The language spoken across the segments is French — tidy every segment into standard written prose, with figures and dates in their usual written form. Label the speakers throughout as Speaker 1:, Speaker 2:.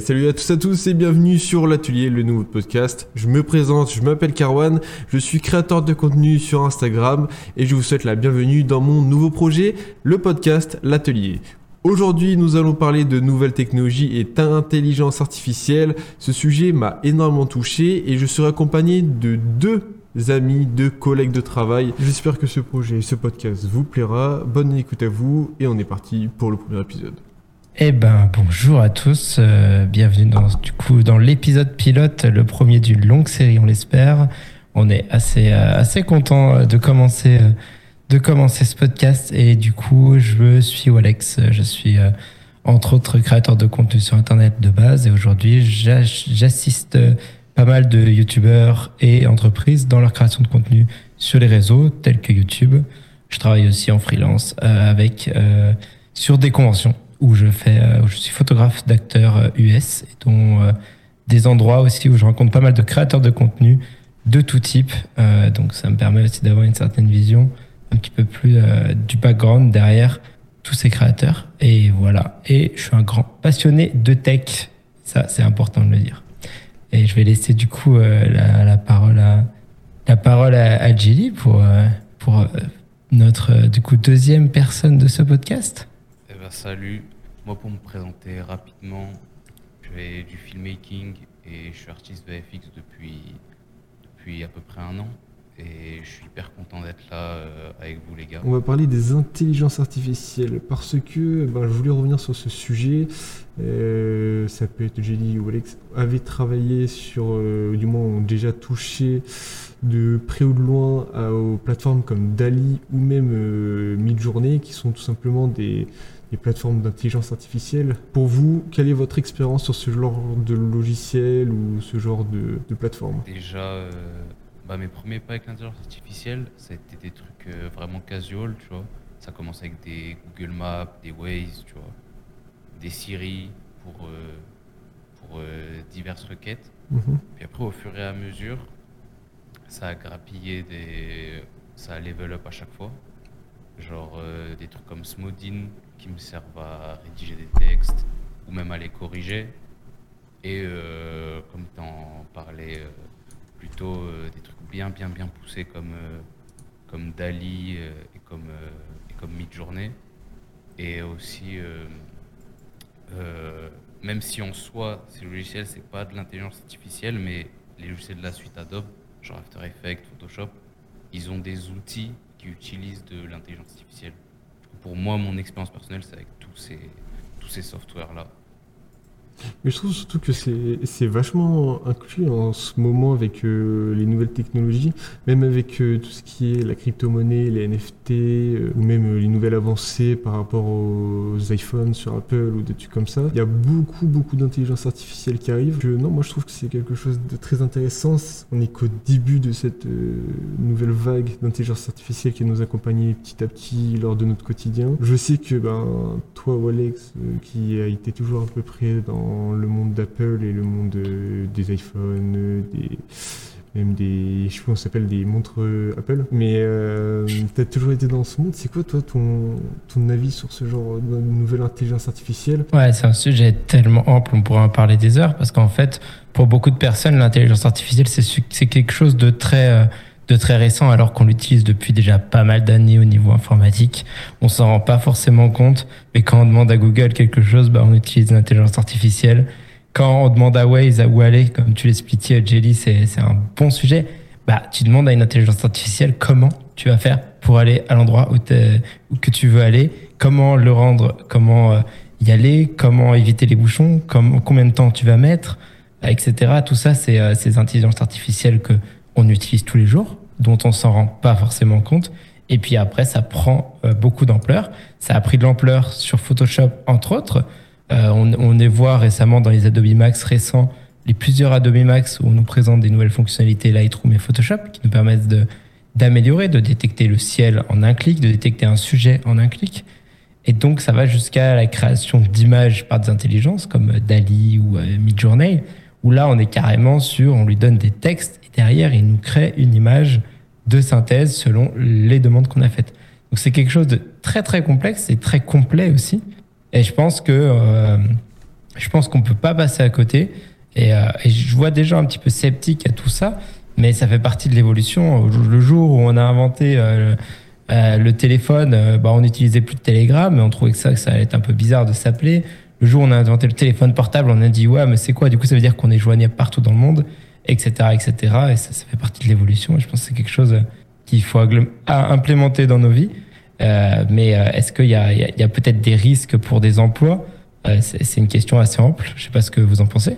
Speaker 1: Salut à tous et bienvenue sur l'Atelier, le nouveau podcast. Je me présente, je m'appelle Karwan, je suis créateur de contenu sur Instagram et je vous souhaite la bienvenue dans mon nouveau projet, le podcast L'Atelier. Aujourd'hui, nous allons parler de nouvelles technologies et d'intelligence artificielle. Ce sujet m'a énormément touché et je serai accompagné de deux amis, deux collègues de travail. J'espère que ce projet, ce podcast vous plaira. Bonne écoute à vous et on est parti pour le premier épisode.
Speaker 2: Bonjour à tous, bienvenue dans l'épisode pilote, le premier d'une longue série, on l'espère. On est assez content de commencer ce podcast et du coup, je suis Alex, je suis entre autres créateur de contenu sur Internet de base et aujourd'hui, j'assiste pas mal de youtubeurs et entreprises dans leur création de contenu sur les réseaux tels que YouTube. Je travaille aussi en freelance sur des conventions où je suis photographe d'acteurs US et dont des endroits aussi où je rencontre pas mal de créateurs de contenu de tout type. Donc ça me permet aussi d'avoir une certaine vision un petit peu plus du background derrière tous ces créateurs. Et voilà. Et je suis un grand passionné de tech. Ça, c'est important de le dire. Et je vais laisser du coup la parole à Jelly pour notre du coup deuxième personne de ce podcast.
Speaker 3: Salut, moi pour me présenter rapidement, je fais du filmmaking et je suis artiste VFX depuis à peu près 1 an et je suis hyper content d'être là avec vous les gars.
Speaker 1: On va parler des intelligences artificielles parce que je voulais revenir sur ce sujet. Ça peut être Jelly ou Alex avait travaillé sur, du moins ont déjà touché de près ou de loin aux plateformes comme DALL-E ou même Midjourney qui sont tout simplement des plateformes d'intelligence artificielle. Pour vous, quelle est votre expérience sur ce genre de logiciel ou ce genre de plateforme ?
Speaker 3: Déjà, mes premiers pas avec l'intelligence artificielle, ça a été des trucs vraiment casual, tu vois. Ça commence avec des Google Maps, des Waze, tu vois, des Siri pour diverses requêtes. Puis après, au fur et à mesure, ça a grappillé ça a level up à chaque fois. Genre des trucs comme Smodin qui me servent à rédiger des textes ou même à les corriger. Et comme tu en parlais plutôt des trucs bien poussés comme DALL-E et comme Midjourney. Et aussi, même si en soi, ces logiciels, c'est pas de l'intelligence artificielle, mais les logiciels de la suite Adobe, genre After Effects, Photoshop, ils ont des outils qui utilisent de l'intelligence artificielle. Pour moi, mon expérience personnelle, c'est avec tous ces softwares-là.
Speaker 1: Mais je trouve surtout que c'est vachement inclus en ce moment avec les nouvelles technologies, même avec tout ce qui est la crypto-monnaie, les NFT, ou même les nouvelles avancées par rapport aux iPhones sur Apple ou des trucs comme ça. Il y a beaucoup d'intelligence artificielle qui arrive. Moi je trouve que c'est quelque chose de très intéressant. On n'est qu'au début de cette nouvelle vague d'intelligence artificielle qui nous accompagne petit à petit lors de notre quotidien. Je sais que toi, Alex, qui a été toujours à peu près dans le monde d'Apple et le monde des iPhones, même des, je sais pas comment ça s'appelle, des montres Apple. Mais t'as toujours été dans ce monde. C'est quoi toi ton avis sur ce genre de nouvelle intelligence artificielle ?
Speaker 2: Ouais, c'est un sujet tellement ample, on pourrait en parler des heures parce qu'en fait, pour beaucoup de personnes, l'intelligence artificielle c'est quelque chose de très récent alors qu'on l'utilise depuis déjà pas mal d'années au niveau informatique. On s'en rend pas forcément compte, mais quand on demande à Google quelque chose, on utilise l'intelligence artificielle. Quand on demande à Waze ou à aller, comme tu l'expliquais, Jelly, c'est un bon sujet. Tu demandes à une intelligence artificielle comment tu vas faire pour aller à l'endroit où que tu veux aller, comment le rendre, comment y aller, comment éviter les bouchons, combien de temps tu vas mettre, etc. Tout ça, c'est ces intelligences artificielles que on utilise tous les jours, dont on s'en rend pas forcément compte. Et puis après, ça prend beaucoup d'ampleur. Ça a pris de l'ampleur sur Photoshop, entre autres. On est voir récemment dans les Adobe Max récents, les plusieurs Adobe Max où on nous présente des nouvelles fonctionnalités Lightroom et Photoshop qui nous permettent d'améliorer, de détecter le ciel en un clic, de détecter un sujet en un clic. Et donc, ça va jusqu'à la création d'images par des intelligences comme DALL-E ou Midjourney, où là, on est carrément on lui donne des textes et derrière, il nous crée une image de synthèse selon les demandes qu'on a faites. Donc, c'est quelque chose de très, très complexe et très complet aussi. Et je pense que Je pense qu'on peut pas passer à côté. Et je vois des gens un petit peu sceptiques à tout ça, mais ça fait partie de l'évolution. Le jour où on a inventé le téléphone, on n'utilisait plus de télégramme, mais on trouvait que ça allait être un peu bizarre de s'appeler. Le jour où on a inventé le téléphone portable, on a dit ouais, mais c'est quoi? Du coup, ça veut dire qu'on est joignable partout dans le monde, etc., etc. Et ça fait partie de l'évolution. Et je pense que c'est quelque chose qu'il faut implémenter dans nos vies. Est-ce qu'il y a peut-être des risques pour des emplois? C'est une question assez ample. Je sais pas ce que vous en pensez.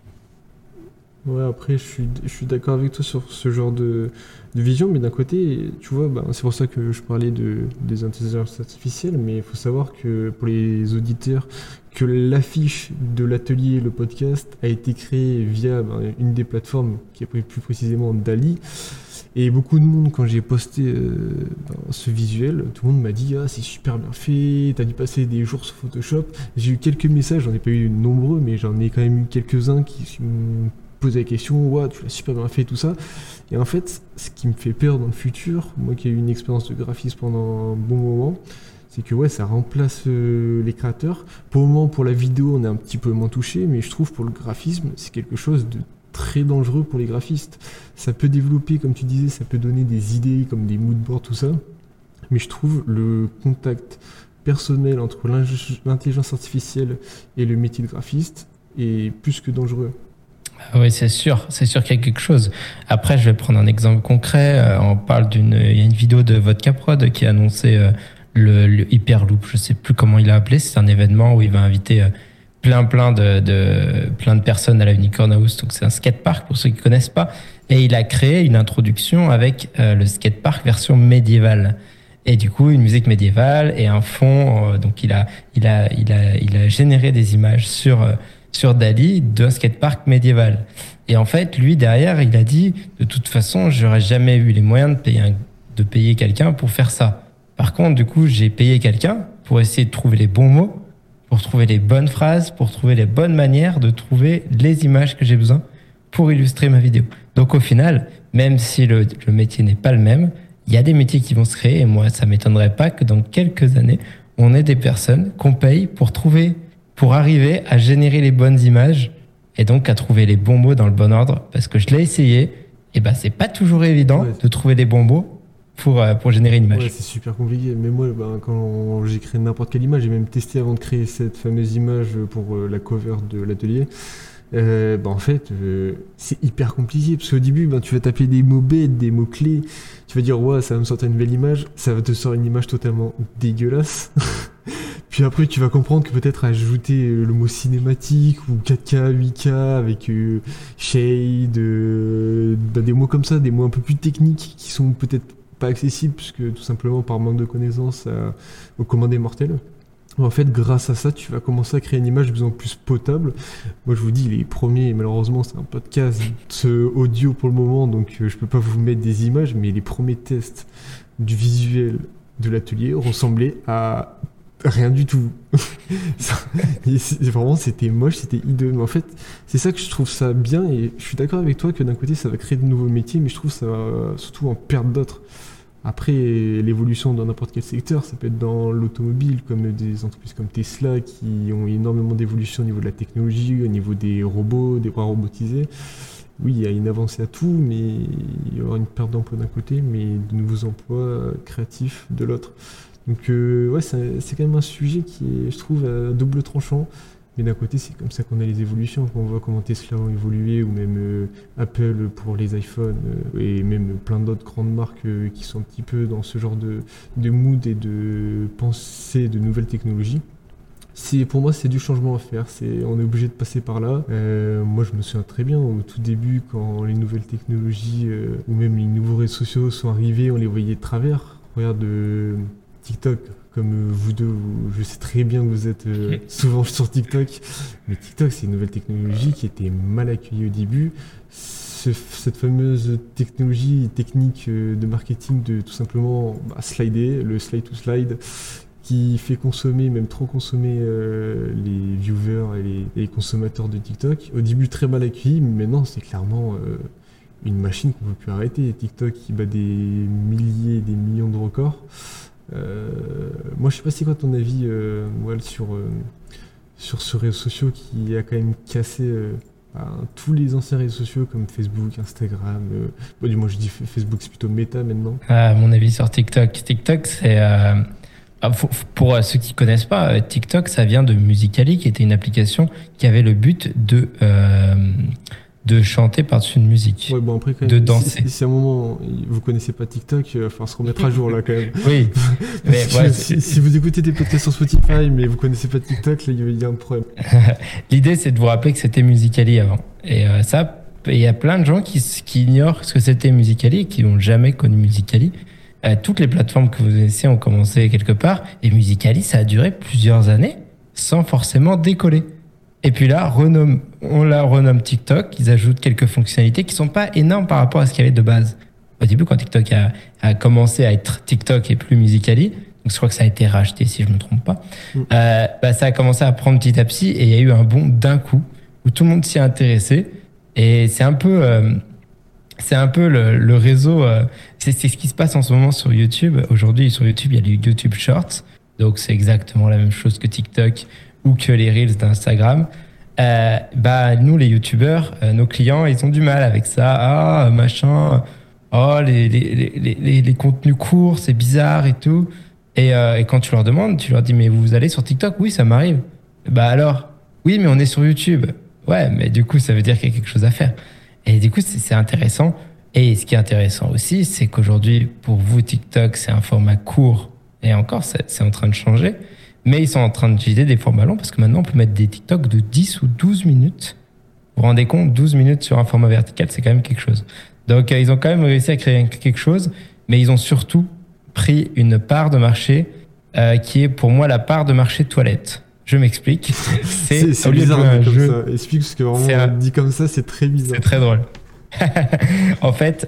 Speaker 1: Ouais, après, je suis d'accord avec toi sur ce genre de vision, mais d'un côté, tu vois, c'est pour ça que je parlais des intelligences artificielles, mais il faut savoir que pour les auditeurs, que l'affiche de l'atelier, le podcast, a été créée via une des plateformes, qui est plus précisément Dali. Et beaucoup de monde, quand j'ai posté ce visuel, tout le monde m'a dit « Ah, c'est super bien fait, t'as dû passer des jours sur Photoshop ». J'ai eu quelques messages, j'en ai pas eu nombreux, mais j'en ai quand même eu quelques-uns qui m'ont posé la question « Ouais, tu l'as super bien fait, tout ça ». Et en fait, ce qui me fait peur dans le futur, moi qui ai eu une expérience de graphisme pendant un bon moment, c'est que ouais, ça remplace les créateurs. Pour le moment, pour la vidéo, on est un petit peu moins touché, mais je trouve pour le graphisme, c'est quelque chose de très dangereux pour les graphistes. Ça peut développer, comme tu disais, ça peut donner des idées comme des moodboards, tout ça. Mais je trouve le contact personnel entre l'intelligence artificielle et le métier de graphiste est plus que dangereux.
Speaker 2: Oui, c'est sûr qu'il y a quelque chose. Après, je vais prendre un exemple concret. Il y a une vidéo de Vodka Prod qui a annoncé le Hyperloop. Je sais plus comment il a appelé. C'est un événement où il va inviter plein de personnes à la Unicorn House. Donc c'est un skatepark pour ceux qui connaissent pas. Et il a créé une introduction avec le skatepark version médiévale. Et du coup, une musique médiévale et un fond. Donc il a généré des images sur Dali d'un skatepark médiéval. Et en fait, lui derrière, il a dit de toute façon, j'aurais jamais eu les moyens de payer quelqu'un pour faire ça. Par contre, du coup, j'ai payé quelqu'un pour essayer de trouver les bons mots, pour trouver les bonnes phrases, pour trouver les bonnes manières de trouver les images que j'ai besoin pour illustrer ma vidéo. Donc au final, même si le métier n'est pas le même, il y a des métiers qui vont se créer et moi, ça m'étonnerait pas que dans quelques années, on ait des personnes qu'on paye pour arriver à générer les bonnes images et donc à trouver les bons mots dans le bon ordre. Parce que je l'ai essayé, et c'est pas toujours évident de trouver les bons mots pour générer une image.
Speaker 1: Ouais, c'est super compliqué. Mais moi, quand j'ai créé n'importe quelle image, j'ai même testé avant de créer cette fameuse image pour la cover de l'atelier. En fait, c'est hyper compliqué parce qu'au début, tu vas taper des mots bêtes, des mots clés. Tu vas dire, ouais, ça va me sortir une belle image. Ça va te sortir une image totalement dégueulasse. Puis après, tu vas comprendre que peut-être ajouter le mot cinématique ou 4K, 8K avec shade, des mots comme ça, des mots un peu plus techniques qui sont peut-être pas accessibles puisque tout simplement par manque de connaissances aux commandes des mortels. En fait, grâce à ça, tu vas commencer à créer une image de plus en plus potable. Moi, je vous dis, les premiers, malheureusement, c'est un podcast audio pour le moment, donc je peux pas vous mettre des images, mais les premiers tests du visuel de l'atelier ressemblaient à rien du tout. Vraiment, c'était moche, c'était hideux. Mais en fait, c'est ça que je trouve ça bien, et je suis d'accord avec toi que d'un côté, ça va créer de nouveaux métiers, mais je trouve que ça va surtout en perdre d'autres. Après, l'évolution dans n'importe quel secteur, ça peut être dans l'automobile, comme des entreprises comme Tesla qui ont énormément d'évolution au niveau de la technologie, au niveau des robots, des bras robotisés. Oui, il y a une avancée à tout, mais il y aura une perte d'emploi d'un côté, mais de nouveaux emplois créatifs de l'autre. Donc c'est quand même un sujet qui est, je trouve, à double tranchant. Mais d'un côté, c'est comme ça qu'on a les évolutions. Quand on voit comment Tesla ont évolué, ou même Apple pour les iPhones, et même plein d'autres grandes marques qui sont un petit peu dans ce genre de mood et de pensée de nouvelles technologies. Pour moi, c'est du changement à faire. On est obligé de passer par là. Moi, je me souviens très bien au tout début, quand les nouvelles technologies ou même les nouveaux réseaux sociaux sont arrivés, on les voyait de travers. Regarde TikTok. Comme vous deux, je sais très bien que vous êtes souvent sur TikTok, mais TikTok, c'est une nouvelle technologie qui était mal accueillie au début. Cette fameuse technique de marketing de tout simplement slider, le slide to slide, qui fait consommer, même trop consommer les viewers et les consommateurs de TikTok. Au début, très mal accueilli, mais maintenant, c'est clairement une machine qu'on ne peut plus arrêter. TikTok qui bat des milliers, des millions de records. Moi, je sais pas c'est quoi ton avis, Wal, sur sur ce réseau social qui a quand même cassé tous les anciens réseaux sociaux comme Facebook, Instagram. Bon, du moins, je dis Facebook, c'est plutôt Meta maintenant.
Speaker 2: À mon avis, sur TikTok. TikTok, c'est. Pour ceux qui connaissent pas, TikTok, ça vient de Musical.ly, qui était une application qui avait le but de chanter par-dessus une musique.
Speaker 1: Ouais, bon, après, quand même,
Speaker 2: de danser.
Speaker 1: Si à un moment vous connaissez pas TikTok, il va falloir se remettre à jour là quand même.
Speaker 2: Oui. Mais
Speaker 1: Si,
Speaker 2: ouais,
Speaker 1: si vous écoutez des podcasts sur Spotify mais vous connaissez pas TikTok, là il y a un problème.
Speaker 2: l'idée, c'est de vous rappeler que c'était Musical.ly avant. Et ça, il y a plein de gens qui ignorent ce que c'était Musical.ly et qui n'ont jamais connu Musical.ly. Toutes les plateformes que vous connaissez ont commencé quelque part. Et Musical.ly, ça a duré plusieurs années sans forcément décoller. Et puis là, on la renomme TikTok. Ils ajoutent quelques fonctionnalités qui sont pas énormes par rapport à ce qu'il y avait de base. Au début, quand TikTok a commencé à être TikTok et plus Musical.ly, donc je crois que ça a été racheté si je me trompe pas, ça a commencé à prendre petit à petit et il y a eu un bond d'un coup où tout le monde s'y est intéressé. Et c'est un peu le réseau. C'est ce qui se passe en ce moment sur YouTube. Aujourd'hui, sur YouTube, il y a les YouTube Shorts. Donc, c'est exactement la même chose que TikTok ou que les Reels d'Instagram. Nous, les YouTubeurs, nos clients, ils ont du mal avec ça. Ah, machin. Oh, les contenus courts, c'est bizarre et tout. Et quand tu leur demandes, tu leur dis, mais vous allez sur TikTok? Oui, ça m'arrive. Alors? Oui, mais on est sur YouTube. Ouais, mais du coup, ça veut dire qu'il y a quelque chose à faire. Et du coup, c'est intéressant. Et ce qui est intéressant aussi, c'est qu'aujourd'hui, pour vous, TikTok, c'est un format court. Et encore, c'est en train de changer. Mais ils sont en train d'utiliser des formats longs parce que maintenant, on peut mettre des TikTok de 10 ou 12 minutes. Vous vous rendez compte, 12 minutes sur un format vertical, c'est quand même quelque chose. Donc, ils ont quand même réussi à créer quelque chose, mais ils ont surtout pris une part de marché qui est pour moi la part de marché toilette. Je m'explique.
Speaker 1: C'est bizarre comme ça. Explique parce que vraiment, dit comme ça, c'est très bizarre.
Speaker 2: C'est très drôle. En fait,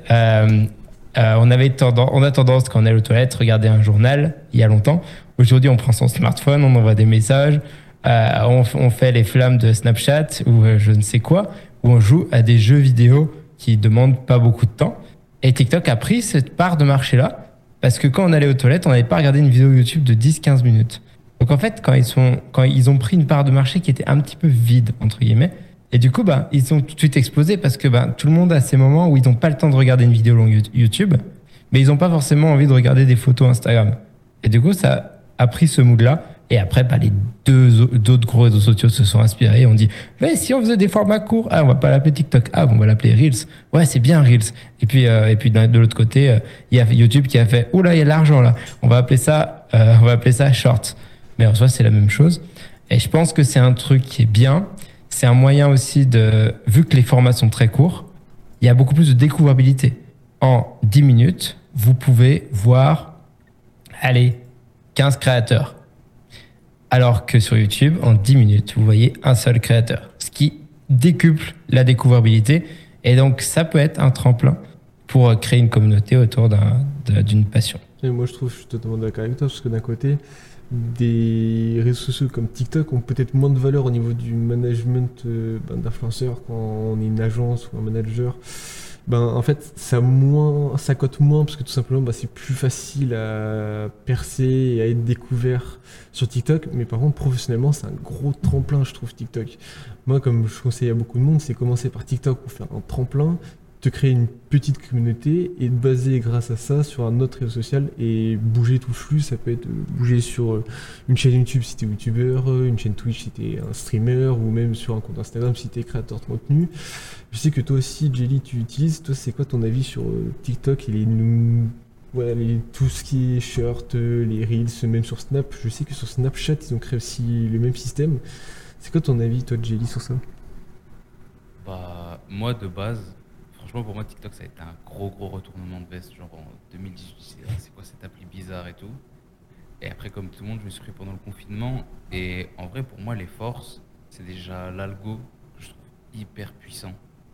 Speaker 2: on a tendance, quand on est aux toilettes, regarder un journal il y a longtemps. Aujourd'hui, on prend son smartphone, on envoie des messages, on fait les flammes de Snapchat ou je ne sais quoi, où on joue à des jeux vidéo qui demandent pas beaucoup de temps. Et TikTok a pris cette part de marché-là parce que quand on allait aux toilettes, on n'avait pas regardé une vidéo YouTube de 10-15 minutes. Donc en fait, quand ils ont pris une part de marché qui était un petit peu vide, entre guillemets, et du coup, ils ont tout de suite explosé parce que tout le monde a ces moments où ils n'ont pas le temps de regarder une vidéo longue YouTube, mais ils n'ont pas forcément envie de regarder des photos Instagram. Et du coup, ça a pris ce mood-là. Et après, les d'autres gros réseaux sociaux se sont inspirés et ont dit ouais, si on faisait des formats courts, on va pas l'appeler TikTok, on va l'appeler Reels. Ouais, c'est bien Reels. Et puis de l'autre côté, il y a YouTube qui a fait oula, il y a de l'argent là. On va appeler ça Shorts. Mais en soi, c'est la même chose. Et je pense que c'est un truc qui est bien. C'est un moyen aussi vu que les formats sont très courts, il y a beaucoup plus de découvrabilité. En 10 minutes, vous pouvez voir, 15 créateurs. Alors que sur YouTube, en 10 minutes, vous voyez un seul créateur. Ce qui décuple la découvrabilité. Et donc, ça peut être un tremplin pour créer une communauté autour d'une passion.
Speaker 1: Et moi, je suis totalement d'accord avec toi, parce que d'un côté, des réseaux sociaux comme TikTok ont peut-être moins de valeur au niveau du management d'influenceurs quand on est une agence ou un manager. En fait, ça cote moins parce que tout simplement, c'est plus facile à percer et à être découvert sur TikTok. Mais par contre, professionnellement, c'est un gros tremplin, je trouve, TikTok. Moi, comme je conseille à beaucoup de monde, c'est commencer par TikTok pour faire un tremplin, te créer une petite communauté et te baser grâce à ça sur un autre réseau social et bouger tout le flux. Ça peut être bouger sur une chaîne YouTube si t'es youtubeur, une chaîne Twitch si t'es un streamer ou même sur un compte Instagram si t'es créateur de contenu. Je sais que toi aussi, Jelly, tu utilises. Toi, c'est quoi ton avis sur TikTok et tout ce qui est short, les reels, même sur Snap? Je sais que sur Snapchat, ils ont créé aussi le même système. C'est quoi ton avis, toi, Jelly, sur ça?
Speaker 3: Moi, de base, franchement, pour moi, TikTok, ça a été un gros retournement de veste. Genre en 2018, c'est quoi cette appli bizarre et tout. Et après, comme tout le monde, je me suis pris pendant le confinement. Et en vrai, pour moi, les forces, c'est déjà l'algo que je trouve hyper puissant.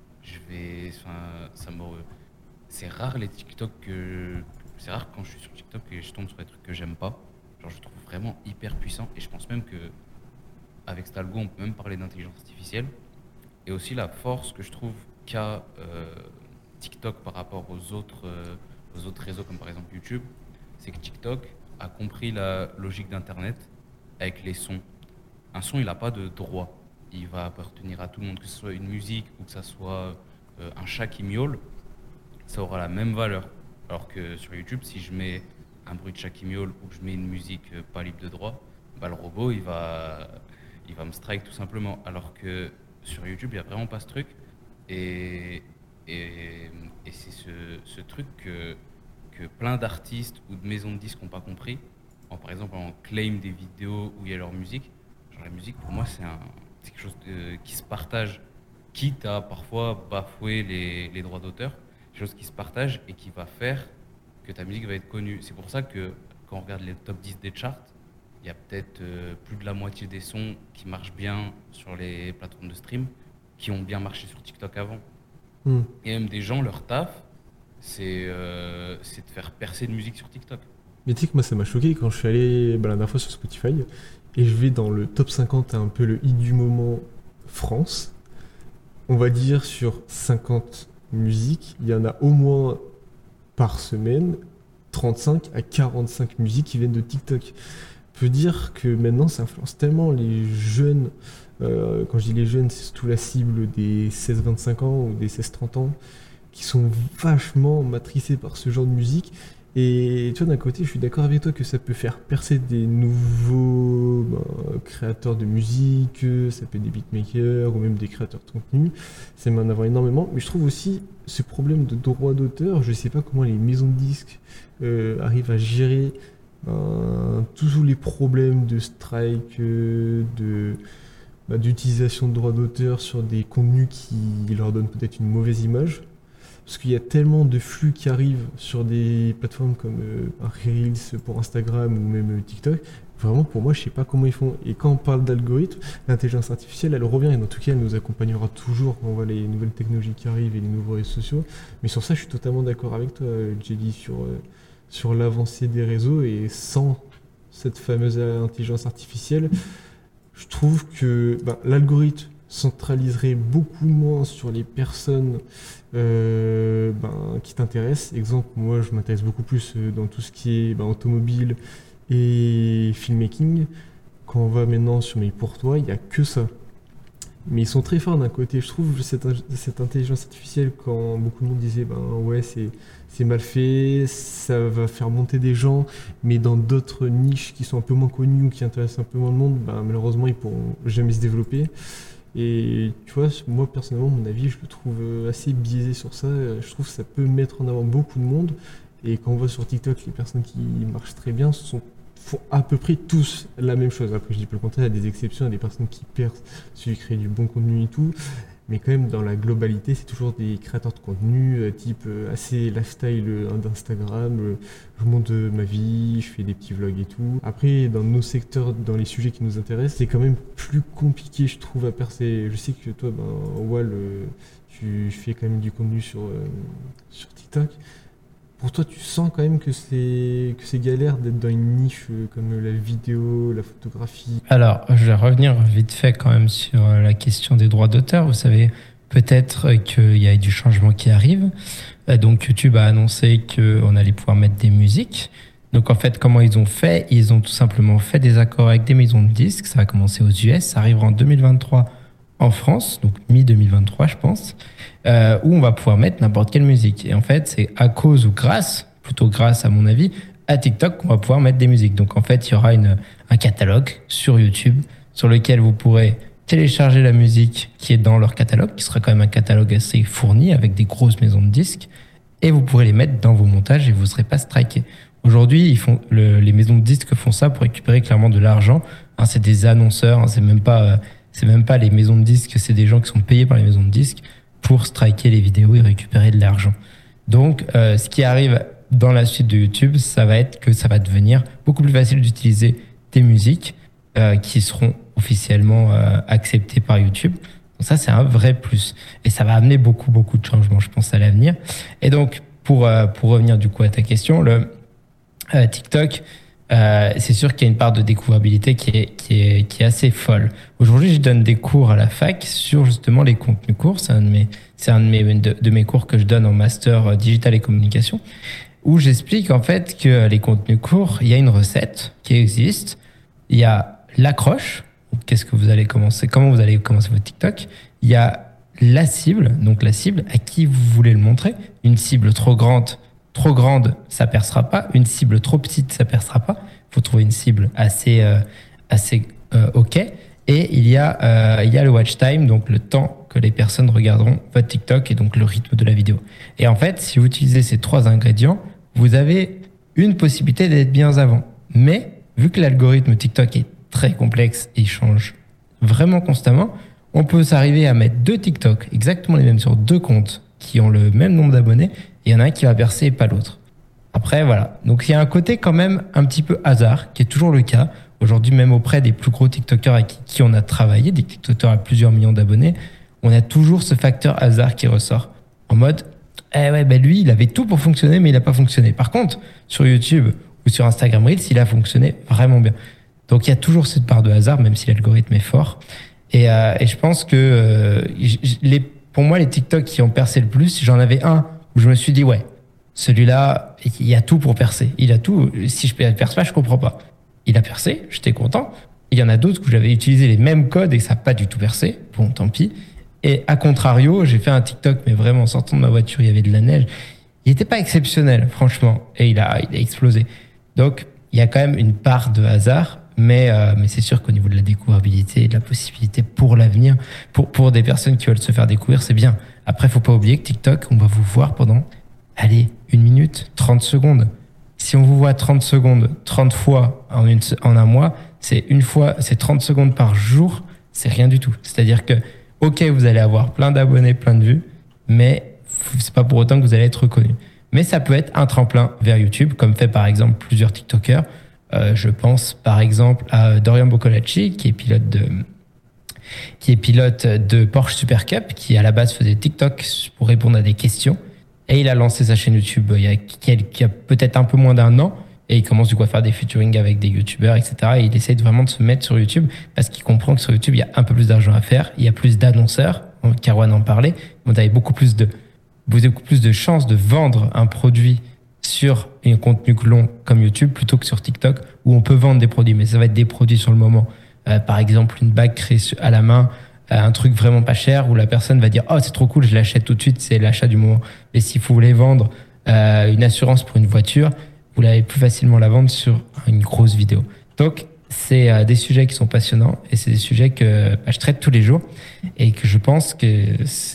Speaker 3: C'est rare les TikTok c'est rare quand je suis sur TikTok et je tombe sur des trucs que j'aime pas. Genre, je trouve vraiment hyper puissant. Et je pense même que avec cet algo, on peut même parler d'intelligence artificielle. Et aussi la force que je trouve qu'a TikTok par rapport aux autres réseaux comme par exemple YouTube, c'est que TikTok a compris la logique d'Internet avec les sons. un son, il n'a pas de droit. Il va appartenir à tout le monde, que ce soit une musique ou que ce soit un chat qui miaule, ça aura la même valeur. Alors que sur YouTube, si je mets un bruit de chat qui miaule ou que je mets une musique pas libre de droit, bah, le robot, il va me strike tout simplement. Alors que sur YouTube, il n'y a vraiment pas ce truc. Et c'est ce truc que plein d'artistes ou de maisons de disques n'ont pas compris. Par exemple, en claim des vidéos où il y a leur musique. Genre la musique, pour moi, c'est quelque chose qui se partage, quitte à parfois bafouer les droits d'auteur. Quelque chose qui se partage et qui va faire que ta musique va être connue. C'est pour ça que quand on regarde les top 10 des charts, il y a peut-être plus de la moitié des sons qui marchent bien sur les plateformes de stream, qui ont bien marché sur TikTok avant. Et même des gens, leur taf, c'est de faire percer de musique sur TikTok.
Speaker 1: Mais tu sais que moi ça m'a choqué quand je suis allé la dernière fois sur Spotify et je vais dans le top 50, un peu le hit du moment France. On va dire sur 50 musiques, il y en a au moins par semaine 35 à 45 musiques qui viennent de TikTok. On peut dire que maintenant ça influence tellement les jeunes, quand je dis les jeunes, c'est surtout la cible des 16-25 ans ou des 16-30 ans, qui sont vachement matricés par ce genre de musique. Et tu vois, d'un côté, je suis d'accord avec toi que ça peut faire percer des nouveaux créateurs de musique, ça peut être des beatmakers ou même des créateurs de contenu. Ça met en avant énormément. Mais je trouve aussi ce problème de droit d'auteur. Je sais pas comment les maisons de disques arrivent à gérer tous les problèmes de strike, d'utilisation de droits d'auteur sur des contenus qui leur donnent peut-être une mauvaise image. Parce qu'il y a tellement de flux qui arrivent sur des plateformes comme Reels pour Instagram ou même TikTok. Vraiment, pour moi, je sais pas comment ils font. Et quand on parle d'algorithmes, l'intelligence artificielle, elle revient. Et dans tout cas, elle nous accompagnera toujours quand on voit les nouvelles technologies qui arrivent et les nouveaux réseaux sociaux. Mais sur ça, je suis totalement d'accord avec toi, Jelly, sur l'avancée des réseaux. Et sans cette fameuse intelligence artificielle, je trouve que l'algorithme centraliserait beaucoup moins sur les personnes qui t'intéressent. Exemple, moi je m'intéresse beaucoup plus dans tout ce qui est automobile et filmmaking. Quand on va maintenant sur mes pour toi, il n'y a que ça. Mais ils sont très forts d'un côté. Je trouve cette intelligence artificielle, quand beaucoup de monde disait ouais c'est mal fait, ça va faire monter des gens, mais dans d'autres niches qui sont un peu moins connues ou qui intéressent un peu moins de monde, malheureusement ils pourront jamais se développer. Et tu vois, moi personnellement, mon avis, je le trouve assez biaisé sur ça. Je trouve que ça peut mettre en avant beaucoup de monde. Et quand on voit sur TikTok, les personnes qui marchent très bien font à peu près tous la même chose. Après, je dis pas le contraire, il y a des exceptions, il y a des personnes qui percent, celui qui crée du bon contenu et tout. Mais quand même, dans la globalité, c'est toujours des créateurs de contenu type assez lifestyle d'Instagram. Je montre ma vie, je fais des petits vlogs et tout. Après, dans nos secteurs, dans les sujets qui nous intéressent, c'est quand même plus compliqué, je trouve, à percer. Je sais que toi, Wal, tu fais quand même du contenu sur TikTok. Pour toi, tu sens quand même que c'est galère d'être dans une niche comme la vidéo, la photographie?
Speaker 2: Alors, je vais revenir vite fait quand même sur la question des droits d'auteur. Vous savez peut-être qu'il y a du changement qui arrive. Donc, YouTube a annoncé qu'on allait pouvoir mettre des musiques. Donc, en fait, comment ils ont fait? Ils ont tout simplement fait des accords avec des maisons de disques. Ça va commencer aux US. Ça arrivera en 2023 en France, donc mi-2023, je pense, où on va pouvoir mettre n'importe quelle musique. Et en fait, c'est à cause ou plutôt grâce à mon avis, à TikTok qu'on va pouvoir mettre des musiques. Donc en fait, il y aura un catalogue sur YouTube sur lequel vous pourrez télécharger la musique qui est dans leur catalogue, qui sera quand même un catalogue assez fourni avec des grosses maisons de disques, et vous pourrez les mettre dans vos montages et vous ne serez pas striké. Aujourd'hui, les maisons de disques font ça pour récupérer clairement de l'argent. C'est des annonceurs, c'est même pas les maisons de disques, c'est des gens qui sont payés par les maisons de disques pour striker les vidéos et récupérer de l'argent. Donc, ce qui arrive dans la suite de YouTube, ça va être que ça va devenir beaucoup plus facile d'utiliser des musiques qui seront officiellement acceptées par YouTube. Donc ça, c'est un vrai plus. Et ça va amener beaucoup, beaucoup de changements, je pense, à l'avenir. Et donc, pour revenir du coup à ta question, le TikTok, c'est sûr qu'il y a une part de découvrabilité qui est assez folle. Aujourd'hui, je donne des cours à la fac sur justement les contenus courts. C'est un de mes cours que je donne en master digital et communication, où j'explique en fait que les contenus courts, il y a une recette qui existe. Il y a l'accroche. qu'est-ce que vous allez commencer, comment vous allez commencer votre TikTok. Il y a la cible, donc la cible à qui vous voulez le montrer. Une cible trop grande, ça percera pas. Une cible trop petite, ça percera pas. Il faut trouver une cible assez OK. Et il y a le watch time, donc le temps que les personnes regarderont votre TikTok et donc le rythme de la vidéo. Et en fait, si vous utilisez ces 3 ingrédients, vous avez une possibilité d'être bien avant. Mais vu que l'algorithme TikTok est très complexe et il change vraiment constamment, on peut s'arriver à mettre 2 TikTok exactement les mêmes sur 2 comptes qui ont le même nombre d'abonnés et il y en a un qui va percer et pas l'autre. Après, voilà. Donc, il y a un côté quand même un petit peu hasard qui est toujours le cas. Aujourd'hui, même auprès des plus gros TikTokers avec qui on a travaillé, des TikTokers à plusieurs millions d'abonnés, on a toujours ce facteur hasard qui ressort. En mode, lui, il avait tout pour fonctionner, mais il n'a pas fonctionné. Par contre, sur YouTube ou sur Instagram Reels, il a fonctionné vraiment bien. Donc, il y a toujours cette part de hasard, même si l'algorithme est fort. Et je pense que pour moi, les TikTok qui ont percé le plus, j'en avais un où je me suis dit, ouais, celui-là, il a tout pour percer. Il a tout. Si je ne perce pas, je comprends pas. Il a percé, j'étais content. Il y en a d'autres où j'avais utilisé les mêmes codes et que ça n'a pas du tout percé. Bon, tant pis. Et à contrario, j'ai fait un TikTok, mais vraiment, en sortant de ma voiture, il y avait de la neige. Il n'était pas exceptionnel, franchement. Et il a explosé. Donc, il y a quand même une part de hasard. Mais c'est sûr qu'au niveau de la découvrabilité et de la possibilité pour l'avenir, pour des personnes qui veulent se faire découvrir, c'est bien. Après, faut pas oublier que TikTok, on va vous voir pendant, 1 minute, 30 secondes. Si on vous voit 30 secondes, 30 fois en un mois, c'est 30 secondes par jour, c'est rien du tout. C'est-à-dire que, ok, vous allez avoir plein d'abonnés, plein de vues, mais c'est pas pour autant que vous allez être reconnu. Mais ça peut être un tremplin vers YouTube, comme fait par exemple plusieurs TikTokers. Je pense par exemple à Dorian Boccolacci, qui est pilote de Porsche Super Cup, qui à la base faisait TikTok pour répondre à des questions. Et il a lancé sa chaîne YouTube il y a peut-être un peu moins d'1 an. Et il commence du coup à faire des featuring avec des YouTubeurs, etc. Et il essaie vraiment de se mettre sur YouTube parce qu'il comprend que sur YouTube, il y a un peu plus d'argent à faire. Il y a plus d'annonceurs. Karwan en parlait. Vous avez beaucoup plus de chances de vendre un produit sur un contenu long comme YouTube plutôt que sur TikTok où on peut vendre des produits, mais ça va être des produits sur le moment. Par exemple, une bague créée à la main, un truc vraiment pas cher où la personne va dire « Oh, c'est trop cool, je l'achète tout de suite, c'est l'achat du moment. » Et si vous voulez vendre une assurance pour une voiture, vous l'avez plus facilement la vendre sur une grosse vidéo. Donc, c'est des sujets qui sont passionnants et c'est des sujets que je traite tous les jours et que je pense qu'il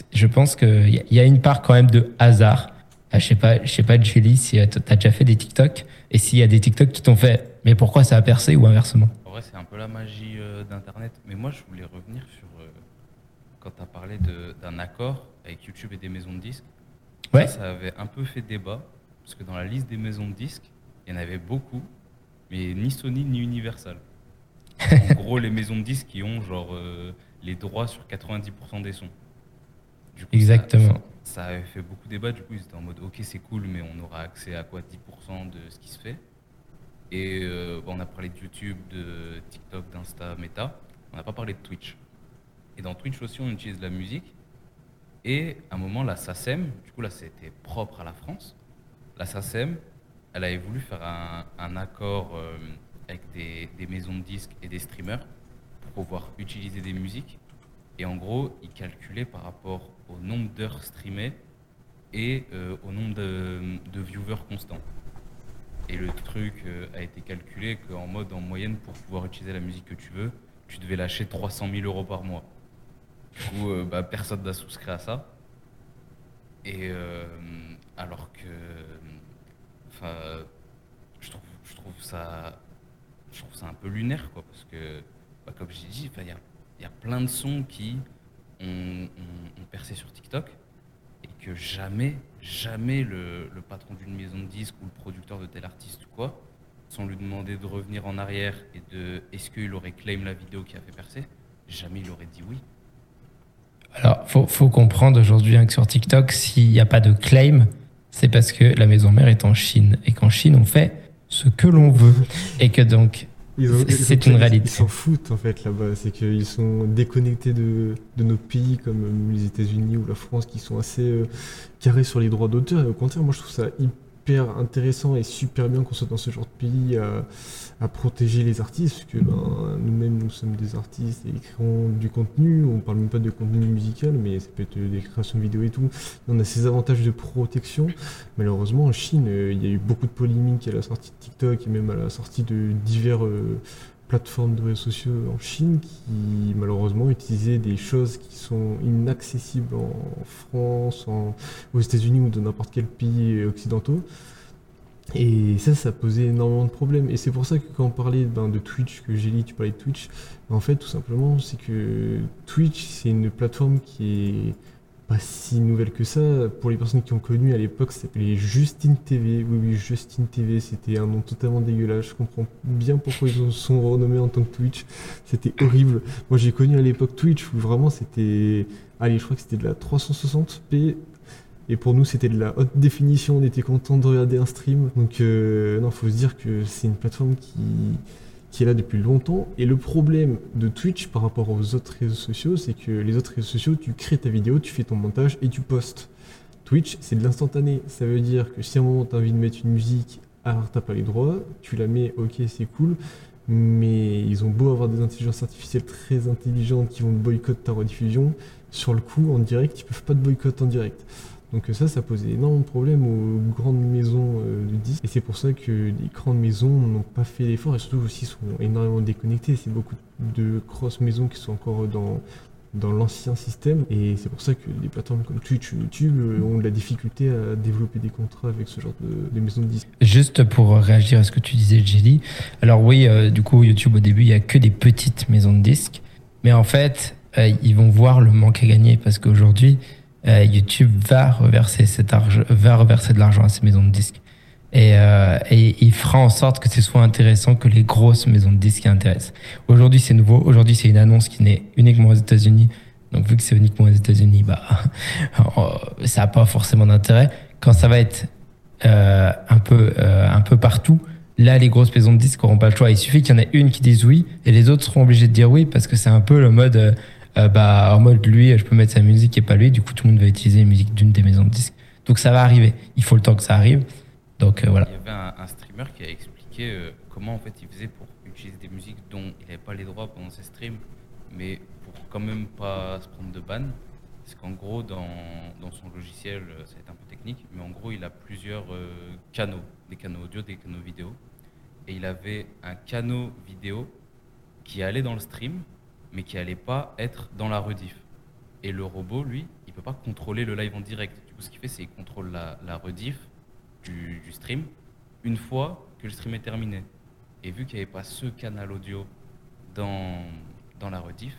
Speaker 2: y a une part quand même de hasard. Je sais pas, Julie, si t'as déjà fait des TikTok et s'il y a des TikTok qui t'ont fait, mais pourquoi ça a percé ou inversement?
Speaker 3: En vrai, c'est un peu la magie d'Internet. Mais moi, je voulais revenir sur quand tu as parlé d'un accord avec YouTube et des maisons de disques.
Speaker 2: Ouais.
Speaker 3: Ça avait un peu fait débat parce que dans la liste des maisons de disques, il y en avait beaucoup, mais ni Sony ni Universal. En gros, les maisons de disques qui ont genre les droits sur 90% des sons. Du coup,
Speaker 2: exactement.
Speaker 3: Ça avait fait beaucoup débat, du coup ils étaient en mode ok c'est cool mais on aura accès à quoi 10% de ce qui se fait. Et on a parlé de YouTube, de TikTok, d'Insta, Meta, on n'a pas parlé de Twitch. Et dans Twitch aussi on utilise la musique. Et à un moment la SACEM, du coup là c'était propre à la France, la SACEM elle avait voulu faire un accord avec des maisons de disques et des streamers pour pouvoir utiliser des musiques. Et en gros, ils calculaient par rapport au nombre d'heures streamées et au nombre de viewers constants. Et le truc a été calculé qu'en mode, en moyenne, pour pouvoir utiliser la musique que tu veux, tu devais lâcher 300 000 € par mois. Du coup, personne n'a souscrit à ça. Et alors que... je trouve ça un peu lunaire, quoi, parce que, comme j'ai dit, il y a plein de sons qui ont percé sur TikTok et que jamais le patron d'une maison de disques ou le producteur de tel artiste ou quoi, sans lui demander de revenir en arrière et est-ce qu'il aurait claim la vidéo qui a fait percer, jamais il aurait dit oui.
Speaker 2: Alors, faut comprendre aujourd'hui que sur TikTok, s'il n'y a pas de claim, c'est parce que la maison mère est en Chine et qu'en Chine, on fait ce que l'on veut et que donc... c'est une réalité.
Speaker 1: Ils s'en foutent en fait là-bas, c'est qu'ils sont déconnectés de nos pays comme les États-Unis ou la France qui sont assez carrés sur les droits d'auteur. Et au contraire, moi je trouve ça super intéressant et super bien qu'on soit dans ce genre de pays à protéger les artistes, parce que nous-mêmes, nous sommes des artistes et créons du contenu. On parle même pas de contenu musical, mais ça peut être des créations vidéo et tout. On a ces avantages de protection. Malheureusement, en Chine, il y a eu beaucoup de polémiques à la sortie de TikTok et même à la sortie de divers plateformes de réseaux sociaux en Chine qui malheureusement utilisaient des choses qui sont inaccessibles en France, aux États-Unis ou dans n'importe quel pays occidentaux. Et ça posait énormément de problèmes. Et c'est pour ça que quand on parlait de Twitch, que j'ai dit, tu parlais de Twitch, en fait, tout simplement, c'est que Twitch, c'est une plateforme qui est pas si nouvelle que ça. Pour les personnes qui ont connu à l'époque, ça s'appelait Justine TV. Oui, Justine TV, c'était un nom totalement dégueulasse. Je comprends bien pourquoi ils se sont renommés en tant que Twitch. C'était horrible. Moi, j'ai connu à l'époque Twitch où vraiment c'était... Allez, je crois que c'était de la 360p. Et pour nous, c'était de la haute définition. On était content de regarder un stream. Donc, non, faut se dire que c'est une plateforme qui est là depuis longtemps. Et le problème de Twitch par rapport aux autres réseaux sociaux, c'est que les autres réseaux sociaux, tu crées ta vidéo, tu fais ton montage et tu postes. Twitch, c'est de l'instantané. Ça veut dire que si à un moment tu as envie de mettre une musique, alors t'as pas les droits, tu la mets, ok, c'est cool. Mais ils ont beau avoir des intelligences artificielles très intelligentes qui vont boycotter ta rediffusion, sur le coup, en direct, ils peuvent pas te boycotter en direct. Donc ça posait énormément de problèmes aux grandes maisons de disques. Et c'est pour ça que les grandes maisons n'ont pas fait l'effort et surtout aussi sont énormément déconnectées. C'est beaucoup de grosses maisons qui sont encore dans l'ancien système. Et c'est pour ça que des plateformes comme Twitch ou YouTube ont de la difficulté à développer des contrats avec ce genre de maisons de disques.
Speaker 2: Juste pour réagir à ce que tu disais, Jelly. Alors oui, du coup, YouTube au début, il n'y a que des petites maisons de disques. Mais en fait, ils vont voir le manque à gagner parce qu'aujourd'hui, YouTube va reverser de l'argent à ces maisons de disques. Et il fera en sorte que ce soit intéressant que les grosses maisons de disques qui intéressent. Aujourd'hui, c'est nouveau. Aujourd'hui, c'est une annonce qui n'est uniquement aux États-Unis. Donc, vu que c'est uniquement aux États-Unis, ça n'a pas forcément d'intérêt. Quand ça va être un peu partout, là, les grosses maisons de disques n'auront pas le choix. Il suffit qu'il y en ait une qui dise oui et les autres seront obligés de dire oui parce que c'est un peu le mode... en mode lui, je peux mettre sa musique et pas lui. Du coup, tout le monde va utiliser la musique d'une des maisons de disques. Donc, ça va arriver. Il faut le temps que ça arrive. Donc, voilà.
Speaker 3: Il y avait un streamer qui a expliqué comment en fait il faisait pour utiliser des musiques dont il n'avait pas les droits pendant ses streams, mais pour quand même pas se prendre de ban. Parce qu'en gros, dans son logiciel, ça va être un peu technique, mais en gros, il a plusieurs canaux, des canaux audio, des canaux vidéo. Et il avait un canal vidéo qui allait dans le stream, mais qui allait pas être dans la rediff. Et le robot, lui, il peut pas contrôler le live en direct. Du coup, ce qu'il fait, c'est qu'il contrôle la rediff du stream une fois que le stream est terminé. Et vu qu'il n'y avait pas ce canal audio dans la rediff,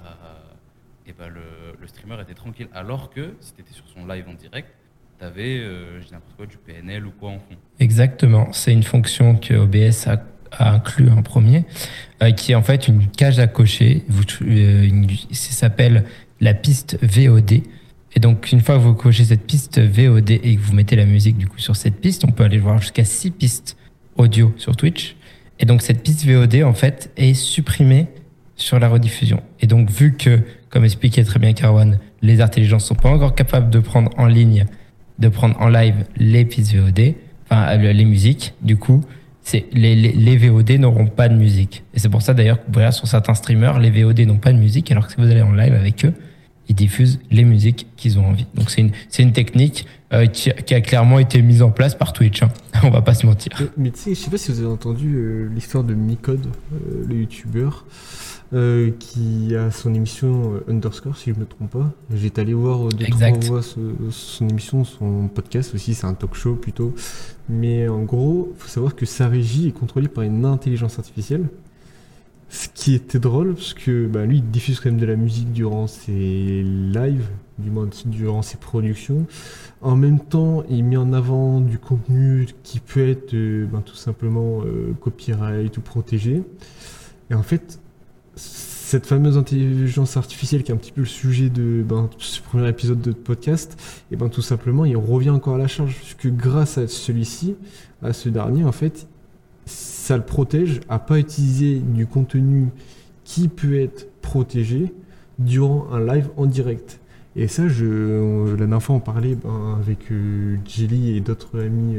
Speaker 3: le streamer était tranquille. Alors que si tu étais sur son live en direct, tu avais, je dis n'importe quoi, du PNL ou quoi en fond.
Speaker 2: Exactement. C'est une fonction que OBS a inclus en premier, qui est en fait une cage à cocher. Ça s'appelle la piste VOD. Et donc, une fois que vous cochez cette piste VOD et que vous mettez la musique du coup sur cette piste, on peut aller voir jusqu'à 6 pistes audio sur Twitch. Et donc, cette piste VOD, en fait, est supprimée sur la rediffusion. Et donc, vu que, comme expliquait très bien Karwan, les intelligences sont pas encore capables de prendre en ligne, de prendre en live les pistes VOD, enfin, les musiques, du coup, les VOD n'auront pas de musique. Et c'est pour ça d'ailleurs que vous voyez sur certains streamers, les VOD n'ont pas de musique, alors que si vous allez en live avec eux, ils diffusent les musiques qu'ils ont envie. Donc c'est une technique qui a clairement été mise en place par Twitch. Hein. On va pas se mentir.
Speaker 1: Mais tu sais, je sais pas si vous avez entendu l'histoire de Micode, le youtubeur, qui a son émission Underscore, si je me trompe pas. J'étais allé voir 2-3 fois son émission, son podcast aussi, c'est un talk show plutôt. Mais en gros, faut savoir que sa régie est contrôlée par une intelligence artificielle. Ce qui était drôle, parce que lui, il diffuse quand même de la musique durant ses lives, du moins durant ses productions. En même temps, il met en avant du contenu qui peut être tout simplement copyright ou protégé. Et en fait, cette fameuse intelligence artificielle qui est un petit peu le sujet de ce premier épisode de podcast, et tout simplement, il revient encore à la charge, puisque grâce à celui-ci, à ce dernier, en fait, ça le protège à pas utiliser du contenu qui peut être protégé durant un live en direct. Et ça, la dernière fois, on parlait avec Jelly et d'autres amis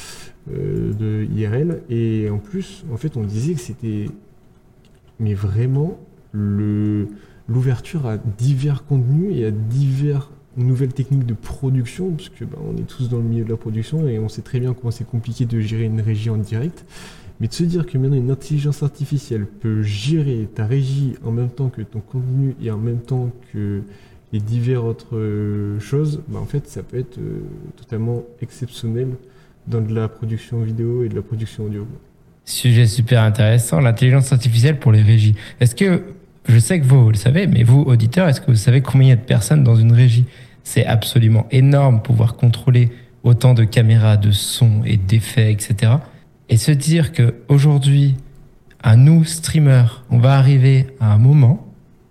Speaker 1: de IRL. Et en plus, en fait, on disait que c'était mais vraiment l'ouverture à divers contenus et à divers nouvelles techniques de production, parce que on est tous dans le milieu de la production et on sait très bien comment c'est compliqué de gérer une régie en direct. Mais de se dire que maintenant une intelligence artificielle peut gérer ta régie en même temps que ton contenu et en même temps que les diverses autres choses, en fait ça peut être totalement exceptionnel dans de la production vidéo et de la production audio.
Speaker 2: Sujet super intéressant, l'intelligence artificielle pour les régies. Est-ce que, je sais que vous le savez, mais vous, auditeurs, est-ce que vous savez combien il y a de personnes dans une régie? C'est absolument énorme pouvoir contrôler autant de caméras, de sons et d'effets, etc. Et se dire qu'aujourd'hui, à nous, streamers, on va arriver à un moment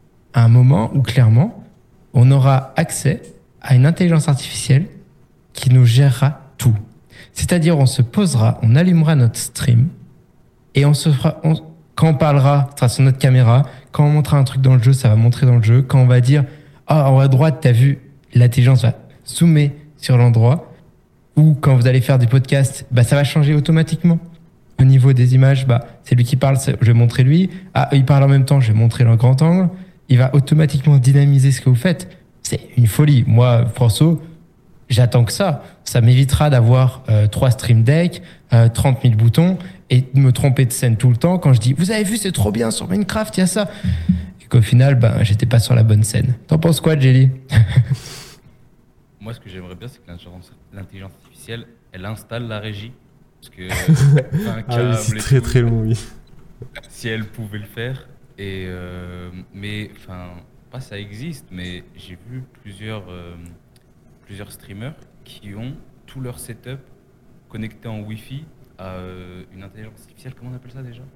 Speaker 2: où clairement, on aura accès à une intelligence artificielle qui nous gérera tout. C'est-à-dire, on se posera, on allumera notre stream et quand on parlera, ça sera sur notre caméra. Quand on montrera un truc dans le jeu, ça va montrer dans le jeu. Quand on va dire, en haut à droite, t'as vu, l'intelligence va zoomer sur l'endroit. Ou quand vous allez faire des podcasts, ça va changer automatiquement. Au niveau des images, c'est lui qui parle, je vais montrer lui. Il parle en même temps, je vais montrer le grand angle. Il va automatiquement dynamiser ce que vous faites. C'est une folie. Moi, François, j'attends que ça. Ça m'évitera d'avoir 3 Stream Deck, 30 000 boutons et de me tromper de scène tout le temps quand je dis « Vous avez vu, c'est trop bien sur Minecraft, il y a ça !» Et qu'au final, j'étais pas sur la bonne scène. T'en penses quoi, Jelly?
Speaker 3: Moi, ce que j'aimerais bien, c'est que l'intelligence artificielle, elle installe la régie. Parce que
Speaker 1: oui, c'est très très long, oui.
Speaker 3: Si elle pouvait le faire. Mais pas ça existe, mais j'ai vu plusieurs streamers qui ont tout leur setup connecté en Wi-Fi à une intelligence artificielle. Comment on appelle ça déjà?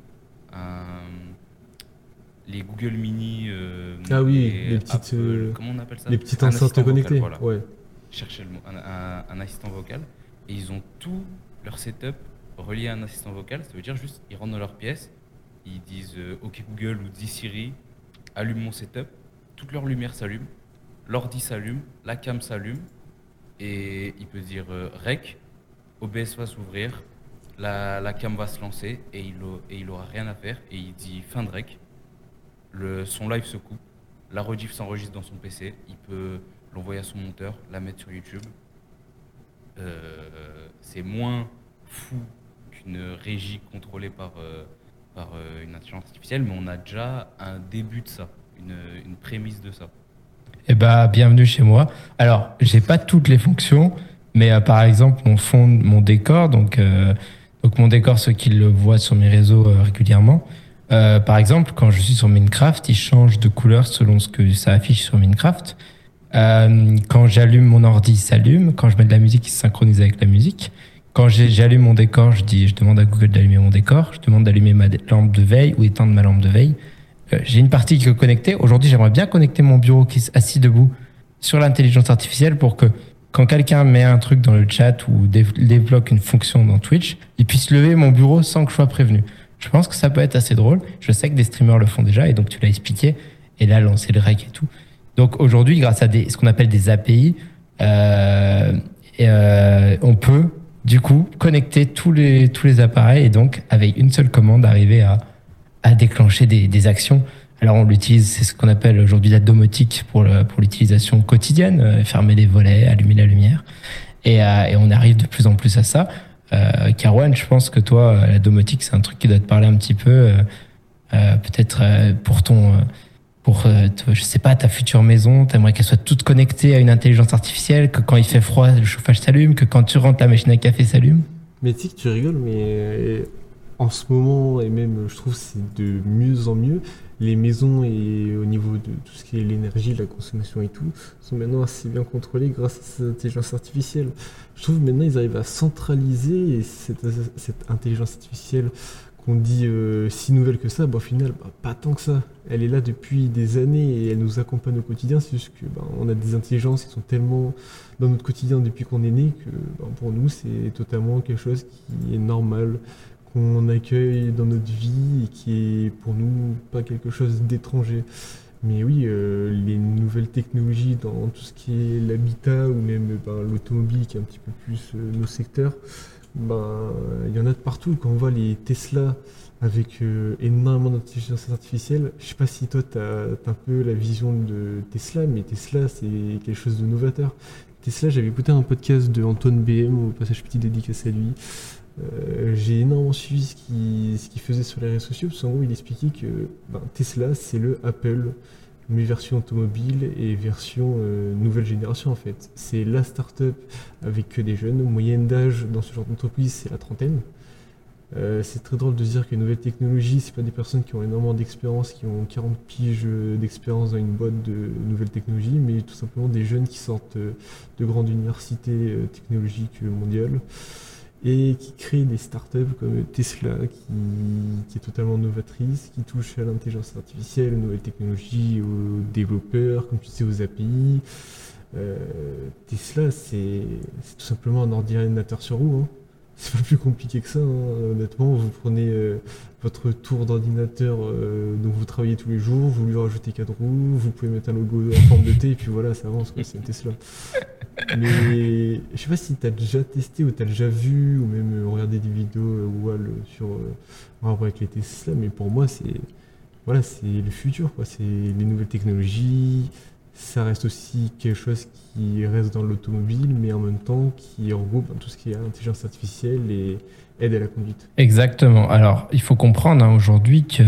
Speaker 3: Les Google Mini.
Speaker 1: Les petites.
Speaker 3: Apple, comment on appelle ça?
Speaker 1: Les petites enceintes connectées.
Speaker 3: Voilà.
Speaker 1: Ouais.
Speaker 3: Cherchez le mot. Un assistant vocal. Et ils ont tout leur setup relié à un assistant vocal. Ça veut dire juste, ils rentrent dans leur pièce, ils disent OK Google ou dis Siri, allume mon setup. Toute leur lumière s'allume, l'ordi s'allume, la cam s'allume. Et il peut dire rec, OBS va s'ouvrir, la cam va se lancer et il aura rien à faire. Et il dit fin de rec, son live se coupe, la rediff s'enregistre dans son PC, il peut l'envoyer à son monteur, la mettre sur YouTube. C'est moins fou qu'une régie contrôlée par une intelligence artificielle, mais on a déjà un début de ça, une prémisse de ça.
Speaker 2: Bienvenue chez moi. Alors, j'ai pas toutes les fonctions, mais par exemple, mon décor, donc mon décor, ceux qui le voient sur mes réseaux régulièrement, par exemple, quand je suis sur Minecraft, il change de couleur selon ce que ça affiche sur Minecraft. Quand j'allume mon ordi, il s'allume. Quand je mets de la musique, il se synchronise avec la musique. Quand j'allume mon décor, je demande à Google d'allumer mon décor. Je demande d'allumer ma lampe de veille ou éteindre ma lampe de veille. J'ai une partie qui est connectée. Aujourd'hui, j'aimerais bien connecter mon bureau qui est assis debout sur l'intelligence artificielle pour que quand quelqu'un met un truc dans le chat ou débloque une fonction dans Twitch, il puisse lever mon bureau sans que je sois prévenu. Je pense que ça peut être assez drôle. Je sais que des streamers le font déjà et donc tu l'as expliqué. Et là, lancer le rec et tout. Donc aujourd'hui, grâce à ce qu'on appelle des API, on peut du coup connecter tous les appareils et donc avec une seule commande arriver à déclencher des actions. Alors on l'utilise, c'est ce qu'on appelle aujourd'hui la domotique pour l'utilisation quotidienne, fermer les volets, allumer la lumière. Et on arrive de plus en plus à ça. Karwan, je pense que toi, la domotique, c'est un truc qui doit te parler un petit peu, peut-être je sais pas, ta future maison, t'aimerais qu'elle soit toute connectée à une intelligence artificielle, que quand il fait froid, le chauffage s'allume, que quand tu rentres, la machine à café s'allume.
Speaker 1: Mais tu sais que tu rigoles, mais en ce moment, et même je trouve que c'est de mieux en mieux, les maisons et au niveau de tout ce qui est l'énergie, la consommation et tout, sont maintenant assez bien contrôlées grâce à cette intelligence artificielle. Je trouve que maintenant ils arrivent à centraliser cette intelligence artificielle qu'on dit si nouvelle que ça, au final, pas tant que ça. Elle est là depuis des années et elle nous accompagne au quotidien. C'est juste que on a des intelligences qui sont tellement dans notre quotidien depuis qu'on est né que pour nous, c'est totalement quelque chose qui est normal, qu'on accueille dans notre vie et qui est pour nous pas quelque chose d'étranger. Mais oui, les nouvelles technologies dans tout ce qui est l'habitat ou même l'automobile qui est un petit peu plus nos secteurs, il y en a de partout. Quand on voit les Tesla avec énormément d'intelligence artificielle, je sais pas si toi tu as un peu la vision de Tesla, mais Tesla c'est quelque chose de novateur. Tesla, j'avais écouté un podcast de Antoine BM, au passage petit dédicace à lui. J'ai énormément suivi ce qu'il faisait sur les réseaux sociaux, parce qu'en gros il expliquait que Tesla c'est le Apple, mais version automobile et version nouvelle génération en fait. C'est la start-up avec que des jeunes, moyenne d'âge dans ce genre d'entreprise c'est la trentaine. C'est très drôle de se dire que les nouvelles technologies, c'est pas des personnes qui ont énormément d'expérience, qui ont 40 piges d'expérience dans une boîte de nouvelles technologies, mais tout simplement des jeunes qui sortent de grandes universités technologiques mondiales et qui créent des startups comme Tesla, qui est totalement novatrice, qui touche à l'intelligence artificielle, aux nouvelles technologies, aux développeurs, comme tu sais, aux API. Tesla, c'est tout simplement un ordinateur sur roue, hein. C'est pas plus compliqué que ça, hein. Honnêtement, vous prenez votre tour d'ordinateur dont vous travaillez tous les jours, vous lui rajoutez 4 roues, vous pouvez mettre un logo en forme de T et puis voilà, ça avance, quoi, c'est une Tesla. Mais je sais pas si tu as déjà testé ou tu as déjà vu ou même regardé des vidéos Wall sur en rapport avec les Tesla, mais pour moi c'est le futur, quoi. C'est les nouvelles technologies. Ça reste aussi quelque chose qui reste dans l'automobile, mais en même temps qui regroupe tout ce qui est intelligence artificielle et aide à la conduite.
Speaker 2: Exactement. Alors, il faut comprendre aujourd'hui que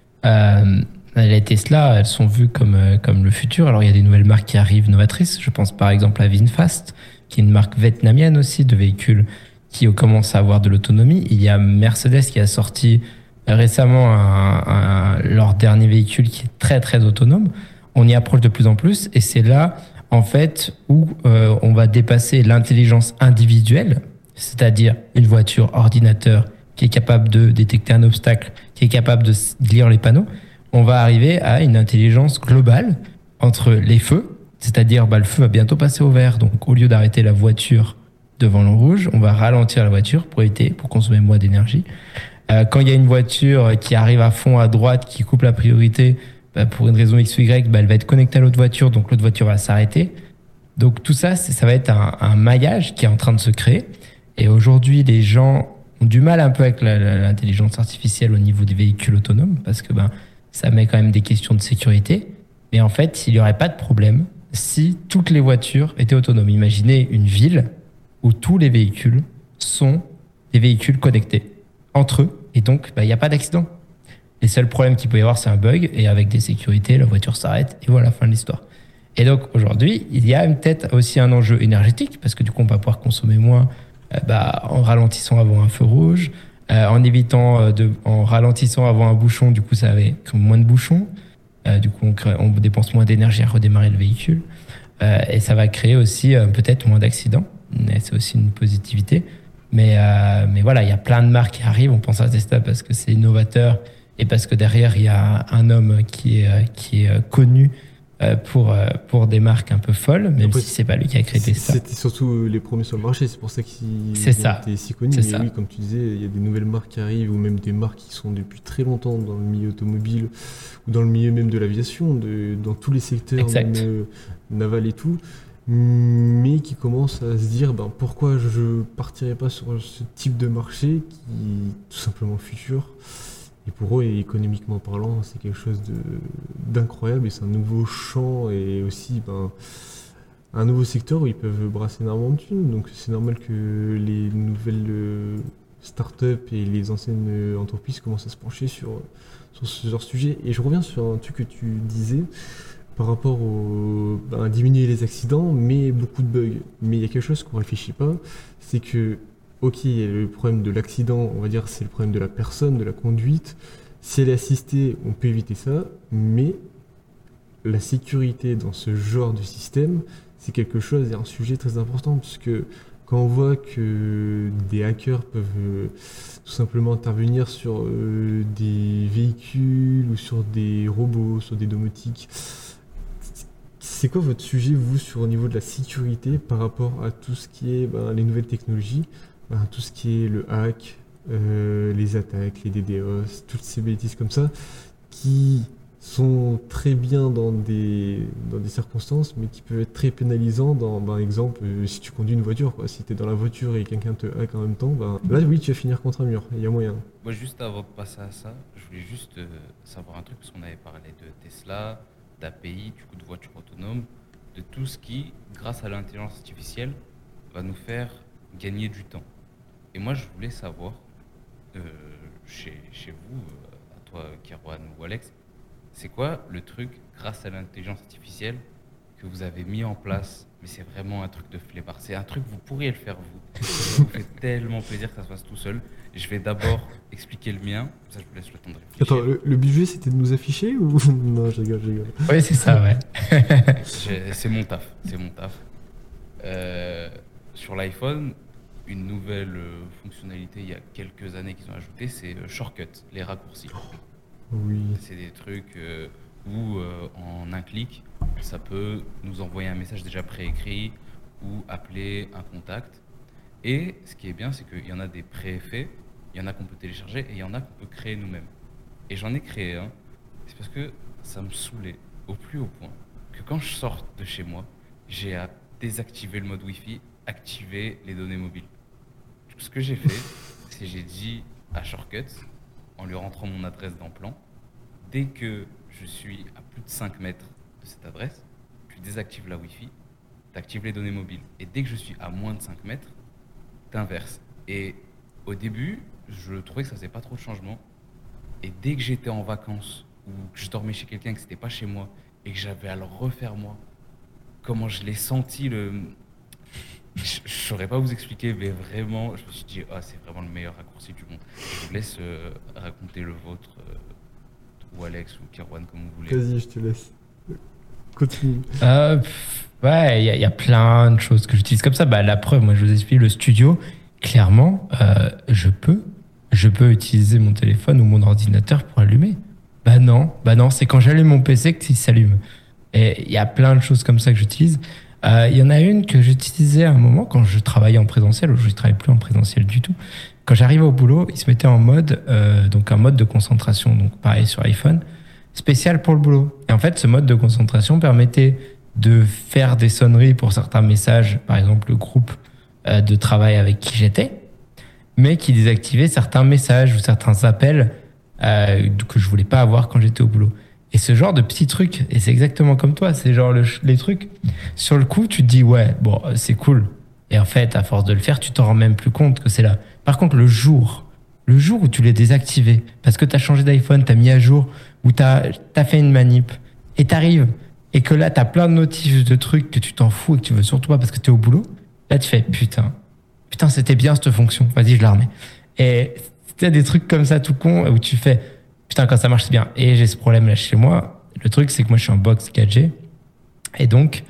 Speaker 2: les Tesla, elles sont vues comme le futur. Alors, il y a des nouvelles marques qui arrivent novatrices. Je pense par exemple à VinFast, qui est une marque vietnamienne aussi de véhicules qui commence à avoir de l'autonomie. Il y a Mercedes qui a sorti récemment leur dernier véhicule qui est très très autonome. On y approche de plus en plus et c'est là en fait où on va dépasser l'intelligence individuelle, c'est-à-dire une voiture ordinateur qui est capable de détecter un obstacle, qui est capable de lire les panneaux. On va arriver à une intelligence globale entre les feux, c'est-à-dire le feu va bientôt passer au vert, donc au lieu d'arrêter la voiture devant le rouge, on va ralentir la voiture pour consommer moins d'énergie. Quand il y a une voiture qui arrive à fond à droite, qui coupe la priorité, pour une raison X ou Y, elle va être connectée à l'autre voiture, donc l'autre voiture va s'arrêter. Donc tout ça, ça va être un maillage qui est en train de se créer. Et aujourd'hui, les gens ont du mal un peu avec l'intelligence artificielle au niveau des véhicules autonomes, parce que ça met quand même des questions de sécurité. Mais en fait, il n'y aurait pas de problème si toutes les voitures étaient autonomes. Imaginez une ville où tous les véhicules sont des véhicules connectés entre eux, et donc il n'y a pas d'accident. Les seuls problèmes qu'il peut y avoir, c'est un bug, et avec des sécurités, la voiture s'arrête, et voilà, fin de l'histoire. Et donc, aujourd'hui, il y a peut-être aussi un enjeu énergétique, parce que du coup, on va pouvoir consommer moins en ralentissant avant un feu rouge, en ralentissant avant un bouchon, du coup, ça va créer moins de bouchons, du coup, on dépense moins d'énergie à redémarrer le véhicule, et ça va créer aussi peut-être moins d'accidents, mais c'est aussi une positivité. Mais voilà, il y a plein de marques qui arrivent, on pense à Tesla parce que c'est innovateur, et parce que derrière, il y a un homme qui est connu pour des marques un peu folles, même si c'est pas lui qui a créé Tesla.
Speaker 1: C'était surtout les premiers sur le marché, c'est pour ça qu'ils étaient si connus. Mais oui, comme tu disais, il y a des nouvelles marques qui arrivent, ou même des marques qui sont depuis très longtemps dans le milieu automobile, ou dans le milieu même de l'aviation, dans tous les secteurs, même naval et tout, mais qui commencent à se dire pourquoi je partirais pas sur ce type de marché qui est tout simplement le futur. Et pour eux, économiquement parlant, c'est quelque chose d'incroyable, et c'est un nouveau champ et aussi un nouveau secteur où ils peuvent brasser énormément de thunes. Donc c'est normal que les nouvelles startups et les anciennes entreprises commencent à se pencher sur ce genre de sujet. Et je reviens sur un truc que tu disais par rapport à diminuer les accidents, mais beaucoup de bugs. Mais il y a quelque chose qu'on ne réfléchit pas, c'est que ok, le problème de l'accident, on va dire, c'est le problème de la personne, de la conduite. Si elle est assistée, on peut éviter ça, mais la sécurité dans ce genre de système, c'est quelque chose et un sujet très important, puisque quand on voit que des hackers peuvent tout simplement intervenir sur des véhicules ou sur des robots, sur des domotiques, c'est quoi votre sujet, vous, au niveau de la sécurité par rapport à tout ce qui est les nouvelles technologies, tout ce qui est le hack, les attaques, les DDoS, toutes ces bêtises comme ça, qui sont très bien dans des circonstances, mais qui peuvent être très pénalisants dans, par exemple, si tu conduis une voiture, quoi. Si tu es dans la voiture et quelqu'un te hack en même temps, ben, là, oui, tu vas finir contre un mur. Il y a moyen.
Speaker 3: Moi, juste avant de passer à ça, je voulais juste savoir un truc, parce qu'on avait parlé de Tesla, d'API, du coup de voiture autonome, de tout ce qui, grâce à l'intelligence artificielle, va nous faire gagner du temps. Et moi, je voulais savoir, euh, chez vous, à toi, Kerwan ou Alex, c'est quoi le truc, grâce à l'intelligence artificielle, que vous avez mis en place, mais c'est vraiment un truc de flemmard. C'est un truc, vous pourriez le faire vous. Ça vous fait tellement plaisir que ça se fasse tout seul. Je vais d'abord expliquer le mien, ça je vous laisse le temps de réfléchir.
Speaker 1: Attends, le budget, c'était de nous afficher ou... Non, je rigole.
Speaker 2: Oui, c'est ça, ouais.
Speaker 3: C'est mon taf, c'est mon taf. Sur l'iPhone, une nouvelle fonctionnalité il y a quelques années qu'ils ont ajouté, c'est Shortcut, les raccourcis.
Speaker 1: Oui.
Speaker 3: C'est des trucs où en un clic, ça peut nous envoyer un message déjà préécrit ou appeler un contact. Et ce qui est bien, c'est qu'il y en a des préfaits, il y en a qu'on peut télécharger et il y en a qu'on peut créer nous-mêmes. Et j'en ai créé un, c'est parce que ça me saoulait au plus haut point que quand je sors de chez moi, j'ai à désactiver le mode Wi-Fi, activer les données mobiles. Ce que j'ai fait, c'est j'ai dit à Shortcut, en lui rentrant mon adresse dans Plan, dès que je suis à plus de 5 mètres de cette adresse, tu désactives la Wi-Fi, tu actives les données mobiles. Et dès que je suis à moins de 5 mètres, tu inverses. Et au début, je trouvais que ça faisait pas trop de changement. Et dès que j'étais en vacances, ou que je dormais chez quelqu'un, que c'était pas chez moi, et que j'avais à le refaire moi, comment je l'ai senti, je saurais pas vous expliquer, mais vraiment, je me suis dit, ah, c'est vraiment le meilleur raccourci du monde. Je vous laisse raconter le vôtre, ou Alex, ou Kerwan, comme vous voulez.
Speaker 1: Vas-y, je te laisse. Continue.
Speaker 2: Ouais, il y a plein de choses que j'utilise comme ça. Bah, la preuve, moi, je vous explique le studio. Clairement, je peux utiliser mon téléphone ou mon ordinateur pour allumer. Bah non, c'est quand j'allume mon PC qu'il s'allume. Et il y a plein de choses comme ça que j'utilise. Il y en a une que j'utilisais à un moment quand je travaillais en présentiel. Aujourd'hui, je ne travaille plus en présentiel du tout. Quand j'arrivais au boulot, il se mettait en mode, donc un mode de concentration, donc pareil sur iPhone, spécial pour le boulot. Et en fait, ce mode de concentration permettait de faire des sonneries pour certains messages, par exemple le groupe de travail avec qui j'étais, mais qui désactivait certains messages ou certains appels que je voulais pas avoir quand j'étais au boulot. Et ce genre de petits trucs, et c'est exactement comme toi, c'est genre les trucs, sur le coup, tu te dis, ouais, bon, c'est cool. Et en fait, à force de le faire, tu t'en rends même plus compte que c'est là. Par contre, le jour où tu l'as désactivé, parce que tu as changé d'iPhone, tu as mis à jour, ou tu as fait une manip, et t'arrives, et que là, tu as plein de notifs de trucs que tu t'en fous et que tu veux surtout pas parce que tu es au boulot, là, tu fais, putain, c'était bien cette fonction, vas-y, je la remets. Et tu as des trucs comme ça tout con, où tu fais, putain, quand ça marche, c'est bien. Et j'ai ce problème là chez moi. Le truc, c'est que moi, je suis en box 4G. Et donc,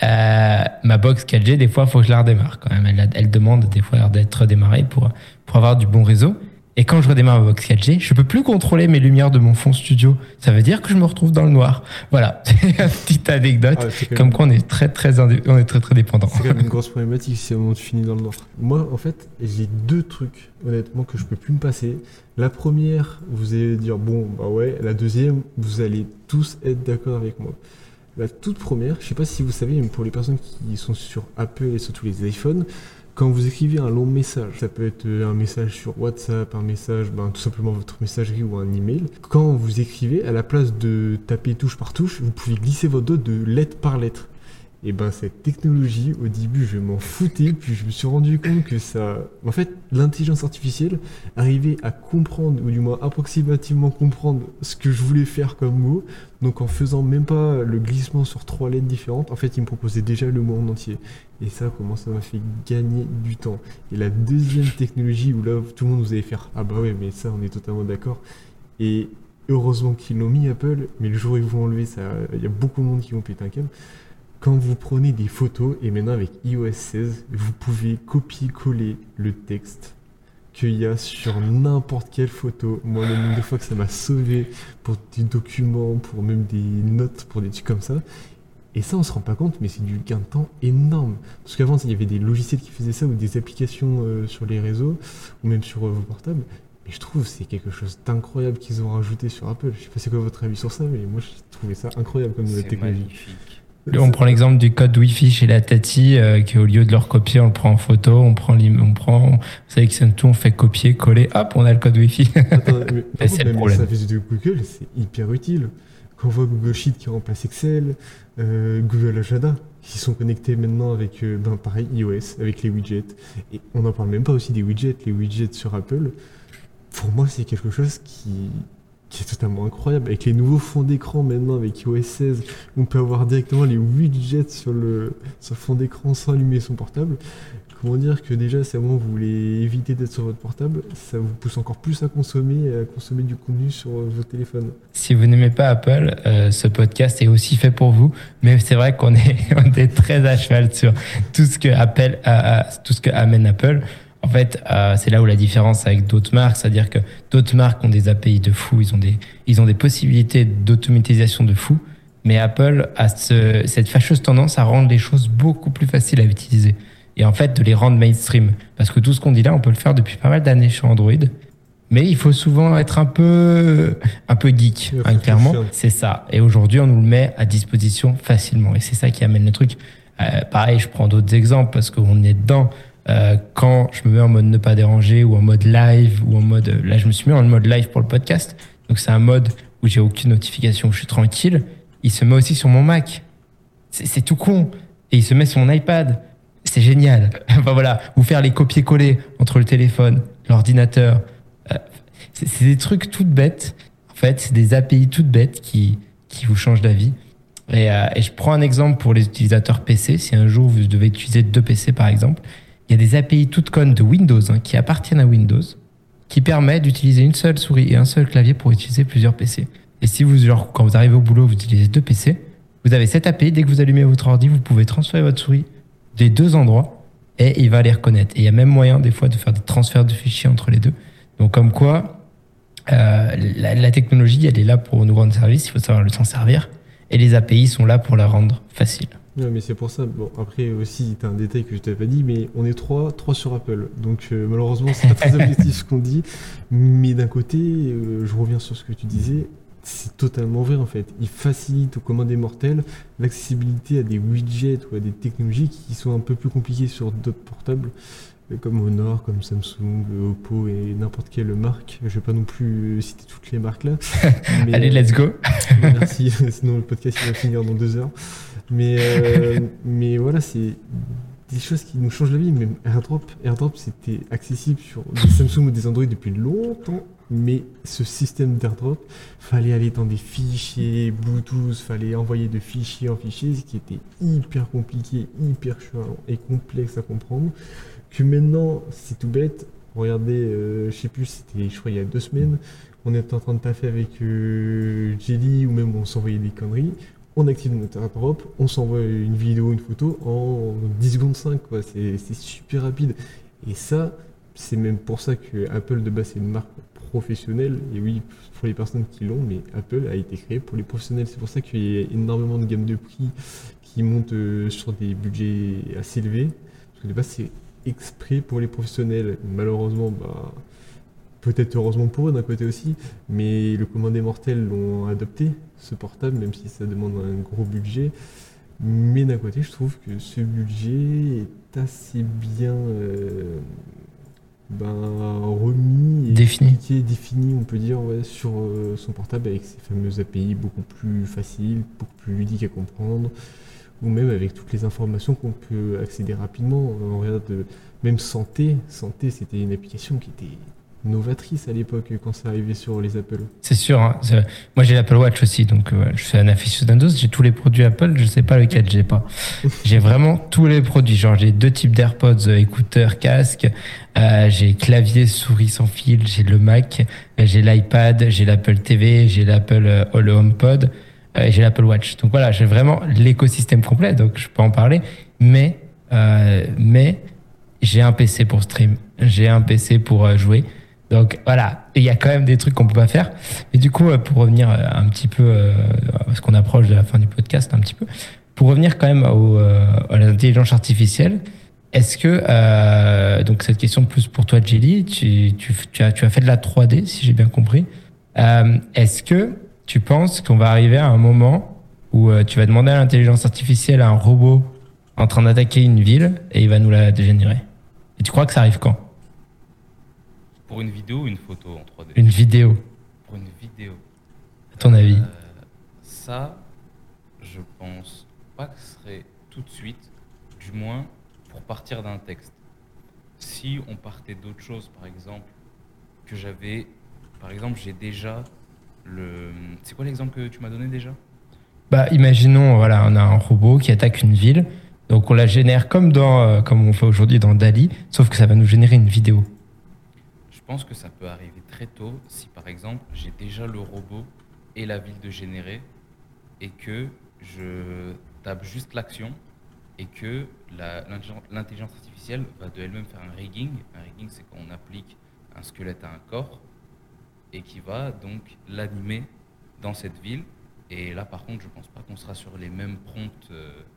Speaker 2: ma box 4G, des fois, il faut que je la redémarre quand même. Elle demande des fois d'être redémarrée pour avoir du bon réseau. Et quand je redémarre ma box 4G, je peux plus contrôler mes lumières de mon fond studio. Ça veut dire que je me retrouve dans le noir. Voilà, c'est une petite anecdote. Comme quoi, on est très dépendant.
Speaker 1: C'est quand même une grosse problématique si à un moment tu finis dans le noir. Moi, en fait, j'ai deux trucs, honnêtement, que je peux plus me passer. La première, vous allez dire, bon, bah ouais. La deuxième, vous allez tous être d'accord avec moi. La toute première, je sais pas si vous savez, mais pour les personnes qui sont sur Apple et surtout les iPhones, quand vous écrivez un long message, ça peut être un message sur WhatsApp, un message, tout simplement votre messagerie ou un email. Quand vous écrivez, à la place de taper touche par touche, vous pouvez glisser votre doigt de lettre par lettre. Et cette technologie, au début, je m'en foutais, puis je me suis rendu compte que ça... En fait, l'intelligence artificielle arrivait à comprendre, ou du moins approximativement comprendre ce que je voulais faire comme mot. Donc en faisant même pas le glissement sur 3 lettres différentes, en fait, il me proposait déjà le mot en entier. Et ça, comment ça m'a fait gagner du temps. Et la deuxième technologie, où là, tout le monde vous allait faire « Ah bah ouais, mais ça, on est totalement d'accord ». Et heureusement qu'ils l'ont mis, Apple, mais le jour où ils vont enlever ça, il y a beaucoup de monde qui vont péter un câble. Quand vous prenez des photos, et maintenant avec iOS 16, vous pouvez copier-coller le texte qu'il y a sur n'importe quelle photo. Moi, le nombre de fois que ça m'a sauvé pour des documents, pour même des notes, pour des trucs comme ça. Et ça, on se rend pas compte, mais c'est du gain de temps énorme. Parce qu'avant, il y avait des logiciels qui faisaient ça, ou des applications sur les réseaux, ou même sur vos portables. Mais je trouve que c'est quelque chose d'incroyable qu'ils ont rajouté sur Apple. Je sais pas c'est quoi votre avis sur ça, mais moi, j'ai trouvé ça incroyable comme nouvelle
Speaker 3: C'est
Speaker 1: technologie.
Speaker 3: magnifique.
Speaker 2: On prend l'exemple du code Wi-Fi chez la Tati, qui au lieu de le recopier, on le prend en photo, vous savez que c'est tout, on fait copier, coller, hop, on a le code Wi-Fi.
Speaker 1: Attends, mais par
Speaker 2: C'est
Speaker 1: contre,
Speaker 2: le
Speaker 1: même les
Speaker 2: problème.
Speaker 1: services de Google, c'est hyper utile. Quand on voit Google Sheet qui remplace Excel, Google Agenda, qui sont connectés maintenant avec, pareil, iOS, avec les widgets. Et on n'en parle même pas aussi des widgets. Les widgets sur Apple, pour moi, c'est quelque chose qui est totalement incroyable. Avec les nouveaux fonds d'écran maintenant, avec iOS 16, on peut avoir directement les widgets sur le fond d'écran sans allumer son portable. Comment dire que déjà, si à un moment vous voulez éviter d'être sur votre portable, ça vous pousse encore plus à consommer du contenu sur vos téléphones.
Speaker 2: Si vous n'aimez pas Apple, ce podcast est aussi fait pour vous. Mais c'est vrai qu'on est, on est très à cheval sur tout ce que tout ce que amène Apple. En fait, c'est là où la différence avec d'autres marques, c'est-à-dire que d'autres marques ont des API de fou, ils ont des possibilités d'automatisation de fou. Mais Apple a cette fâcheuse tendance à rendre les choses beaucoup plus faciles à utiliser. Et en fait, de les rendre mainstream. Parce que tout ce qu'on dit là, on peut le faire depuis pas mal d'années sur Android. Mais il faut souvent être un peu geek,
Speaker 1: Ouais,
Speaker 2: hein,
Speaker 1: faut
Speaker 2: clairement.
Speaker 1: toucher.
Speaker 2: C'est ça. Et aujourd'hui, on nous le met à disposition facilement. Et c'est ça qui amène le truc. Pareil, je prends d'autres exemples parce qu'on est dedans. Quand je me mets en mode ne pas déranger ou en mode live ou en mode... Là, je me suis mis en mode live pour le podcast. Donc, c'est un mode où j'ai aucune notification, où je suis tranquille. Il se met aussi sur mon Mac. C'est tout con. Et il se met sur mon iPad. C'est génial. Enfin voilà, ou faire les copier-coller entre le téléphone, l'ordinateur. C'est des trucs toutes bêtes. En fait, c'est des API toutes bêtes qui vous changent la vie. Et je prends un exemple pour les utilisateurs PC. Si un jour vous devez utiliser 2 PC par exemple, il y a des API toutes connes de Windows qui appartiennent à Windows, qui permettent d'utiliser une seule souris et un seul clavier pour utiliser plusieurs PC. Et si quand vous arrivez au boulot, vous utilisez 2 PC, vous avez cette API. Dès que vous allumez votre ordi, vous pouvez transférer votre souris des 2 endroits et il va les reconnaître. Et il y a même moyen des fois de faire des transferts de fichiers entre les deux. Donc comme quoi, la technologie, elle est là pour nous rendre service, il faut savoir s'en servir. Et les API sont là pour la rendre facile.
Speaker 1: Ouais, mais c'est pour ça. Bon, après aussi, t'as un détail que je t'avais pas dit, mais on est trois sur Apple. Donc malheureusement, c'est pas très objectif ce qu'on dit. Mais d'un côté, je reviens sur ce que tu disais. C'est totalement vrai en fait. Il facilite aux commandes mortels l'accessibilité à des widgets ou à des technologies qui sont un peu plus compliquées sur d'autres portables, comme Honor, comme Samsung, Oppo et n'importe quelle marque. Je vais pas non plus citer toutes les marques là. Mais,
Speaker 2: Allez, let's go.
Speaker 1: merci, sinon le podcast il va finir dans 2 heures. Mais voilà, c'est des choses qui nous changent la vie. Même AirDrop c'était accessible sur des Samsung ou des Android depuis longtemps. Mais ce système d'AirDrop, fallait aller dans des fichiers Bluetooth, fallait envoyer de fichier en fichier, ce qui était hyper compliqué, hyper chiant et complexe à comprendre. Que maintenant, c'est tout bête. Regardez, je sais plus, je crois il y a 2 semaines, on était en train de taffer avec Jelly ou même on s'envoyait des conneries. On active notre AirDrop, on s'envoie une vidéo, une photo en 10 secondes 5, quoi. C'est super rapide. Et ça, c'est même pour ça que Apple de base c'est une marque professionnelle. Et oui, pour les personnes qui l'ont, mais Apple a été créé pour les professionnels. C'est pour ça qu'il y a énormément de gamme de prix qui montent sur des budgets assez élevés. Parce que de base c'est exprès pour les professionnels. Malheureusement, peut-être heureusement pour eux d'un côté aussi, mais le commun des mortels l'ont adopté, ce portable, même si ça demande un gros budget. Mais d'un côté, je trouve que ce budget est assez bien remis et défini, on peut dire, ouais, sur son portable avec ses fameuses API beaucoup plus faciles, beaucoup plus ludiques à comprendre, ou même avec toutes les informations qu'on peut accéder rapidement. On regarde même santé, c'était une application qui était novatrice à l'époque quand c'est arrivé sur les Apple.
Speaker 2: C'est sûr. Hein, moi, j'ai l'Apple Watch aussi, donc je suis un aficionado. J'ai tous les produits Apple, je sais pas lequel j'ai pas. J'ai vraiment tous les produits. Genre, j'ai 2 types d'AirPods, écouteurs, casques. J'ai clavier, souris sans fil. J'ai le Mac, j'ai l'iPad, j'ai l'Apple TV, j'ai l'Apple HomePod, et j'ai l'Apple Watch. Donc voilà, j'ai vraiment l'écosystème complet. Donc je peux en parler. Mais j'ai un PC pour stream. J'ai un PC pour jouer. Donc voilà, il y a quand même des trucs qu'on peut pas faire. Et du coup, pour revenir un petit peu, parce qu'on approche de la fin du podcast un petit peu, pour revenir quand même à l'intelligence artificielle, Est-ce que, donc cette question plus pour toi, Jelly, tu as fait de la 3D, si j'ai bien compris. Est-ce que tu penses qu'on va arriver à un moment où tu vas demander à l'intelligence artificielle, à un robot en train d'attaquer une ville, et il va nous la dégénérer? Et tu crois que ça arrive quand?
Speaker 3: Pour une vidéo ou une photo en 3D?
Speaker 2: Une vidéo.
Speaker 3: Pour une vidéo.
Speaker 2: À ton avis?
Speaker 3: Ça, je pense pas que ce serait tout de suite, du moins pour partir d'un texte. Si on partait d'autre chose, par exemple, j'ai déjà le... C'est quoi l'exemple que tu m'as donné déjà?
Speaker 2: Bah, imaginons, voilà, on a un robot qui attaque une ville, donc on la génère comme on fait aujourd'hui dans DALL-E, sauf que ça va nous générer une vidéo.
Speaker 3: Je pense que ça peut arriver très tôt si, par exemple, j'ai déjà le robot et la ville de générer et que je tape juste l'action et que l'intelligence artificielle va de elle-même faire un rigging. Un rigging, c'est quand on applique un squelette à un corps et qui va donc l'animer dans cette ville. Et là, par contre, je pense pas qu'on sera sur les mêmes prompts,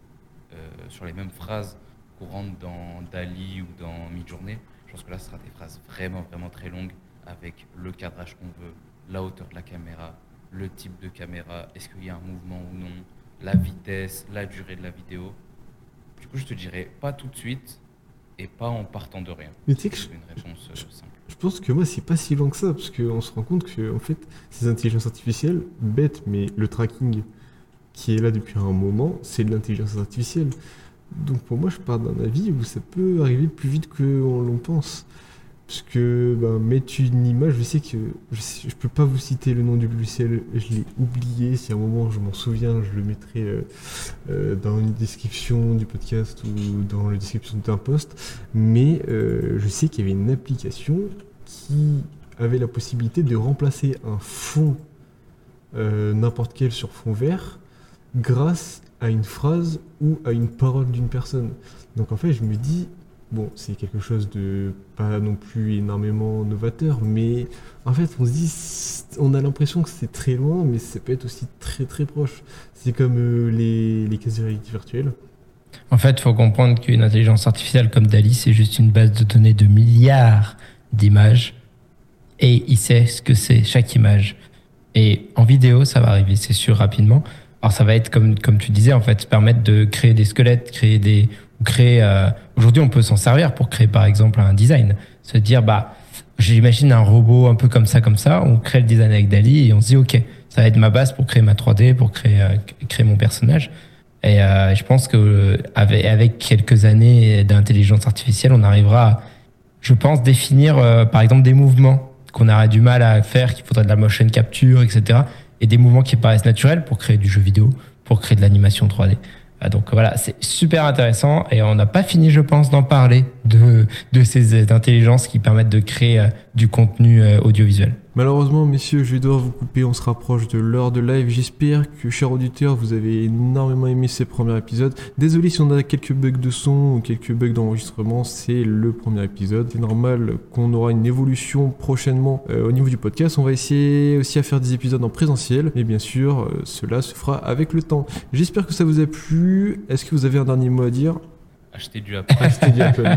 Speaker 3: sur les mêmes phrases courantes dans DALL-E ou dans Midjourney. Je pense que là, ce sera des phrases vraiment, vraiment très longues avec le cadrage qu'on veut, la hauteur de la caméra, le type de caméra, est-ce qu'il y a un mouvement ou non, la vitesse, la durée de la vidéo. Du coup, je te dirais pas tout de suite et pas en partant de rien.
Speaker 1: Mais tu sais que
Speaker 3: c'est une réponse simple.
Speaker 1: Je pense que moi, c'est pas si lent que ça, parce qu'on se rend compte que, en fait, ces intelligences artificielles, bêtes, mais le tracking qui est là depuis un moment, c'est de l'intelligence artificielle. Donc pour moi, je pars d'un avis où ça peut arriver plus vite qu'on l'on pense. Parce que mettre une image, je sais que je peux pas vous citer le nom du logiciel, je l'ai oublié. Si à un moment je m'en souviens, je le mettrai dans une description du podcast ou dans la description d'un post. Mais je sais qu'il y avait une application qui avait la possibilité de remplacer un fond n'importe quel sur fond vert grâce à une phrase ou à une parole d'une personne. Donc en fait, je me dis, bon, c'est quelque chose de pas non plus énormément novateur, mais en fait, on se dit, on a l'impression que c'est très loin, mais ça peut être aussi très très proche. C'est comme les cases de réalité virtuelle.
Speaker 2: En fait, il faut comprendre qu'une intelligence artificielle comme DALL-E, c'est juste une base de données de milliards d'images, et il sait ce que c'est chaque image. Et en vidéo, ça va arriver, c'est sûr, rapidement. Alors ça va être comme tu disais, en fait, permettre de créer des squelettes, aujourd'hui on peut s'en servir pour créer par exemple un design. Se dire, j'imagine un robot un peu comme ça, on crée le design avec DALL-E et on se dit, ok, ça va être ma base pour créer ma 3D, pour créer mon personnage. Et je pense que avec quelques années d'intelligence artificielle, on arrivera à, je pense, définir par exemple des mouvements qu'on aurait du mal à faire, qu'il faudrait de la motion capture, etc. Et des mouvements qui paraissent naturels pour créer du jeu vidéo, pour créer de l'animation 3D. Donc voilà, c'est super intéressant et on n'a pas fini, je pense, d'en parler de ces intelligences qui permettent de créer du contenu audiovisuel.
Speaker 1: Malheureusement, messieurs, je vais devoir vous couper, on se rapproche de l'heure de live. J'espère que, chers auditeurs, vous avez énormément aimé ces premiers épisodes. Désolé si on a quelques bugs de son ou quelques bugs d'enregistrement, c'est le premier épisode. C'est normal qu'on aura une évolution prochainement au niveau du podcast. On va essayer aussi à faire des épisodes en présentiel, et bien sûr, cela se fera avec le temps. J'espère que ça vous a plu. Est-ce que vous avez un dernier mot à dire ?
Speaker 3: Achetez du Apple.
Speaker 1: Achetez du Apple.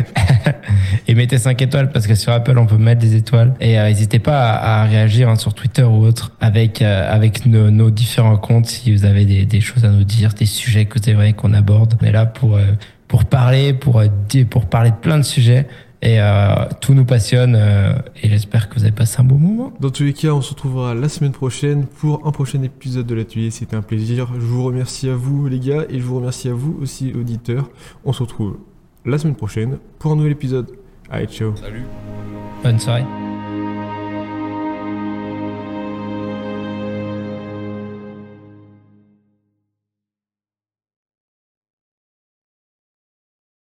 Speaker 2: Et mettez 5 étoiles parce que sur Apple on peut mettre des étoiles. Et n'hésitez pas à réagir sur Twitter ou autre avec nos différents comptes si vous avez des choses à nous dire, des sujets que vous aimeriez qu'on aborde. On est là pour parler, pour parler de plein de sujets. Et tout nous passionne et j'espère que vous avez passé un bon moment.
Speaker 1: Dans tous les cas, on se retrouvera la semaine prochaine pour un prochain épisode de l'atelier. C'était un plaisir. Je vous remercie à vous les gars et je vous remercie à vous aussi auditeurs. On se retrouve la semaine prochaine pour un nouvel épisode. Allez, ciao.
Speaker 3: Salut.
Speaker 2: Bonne soirée.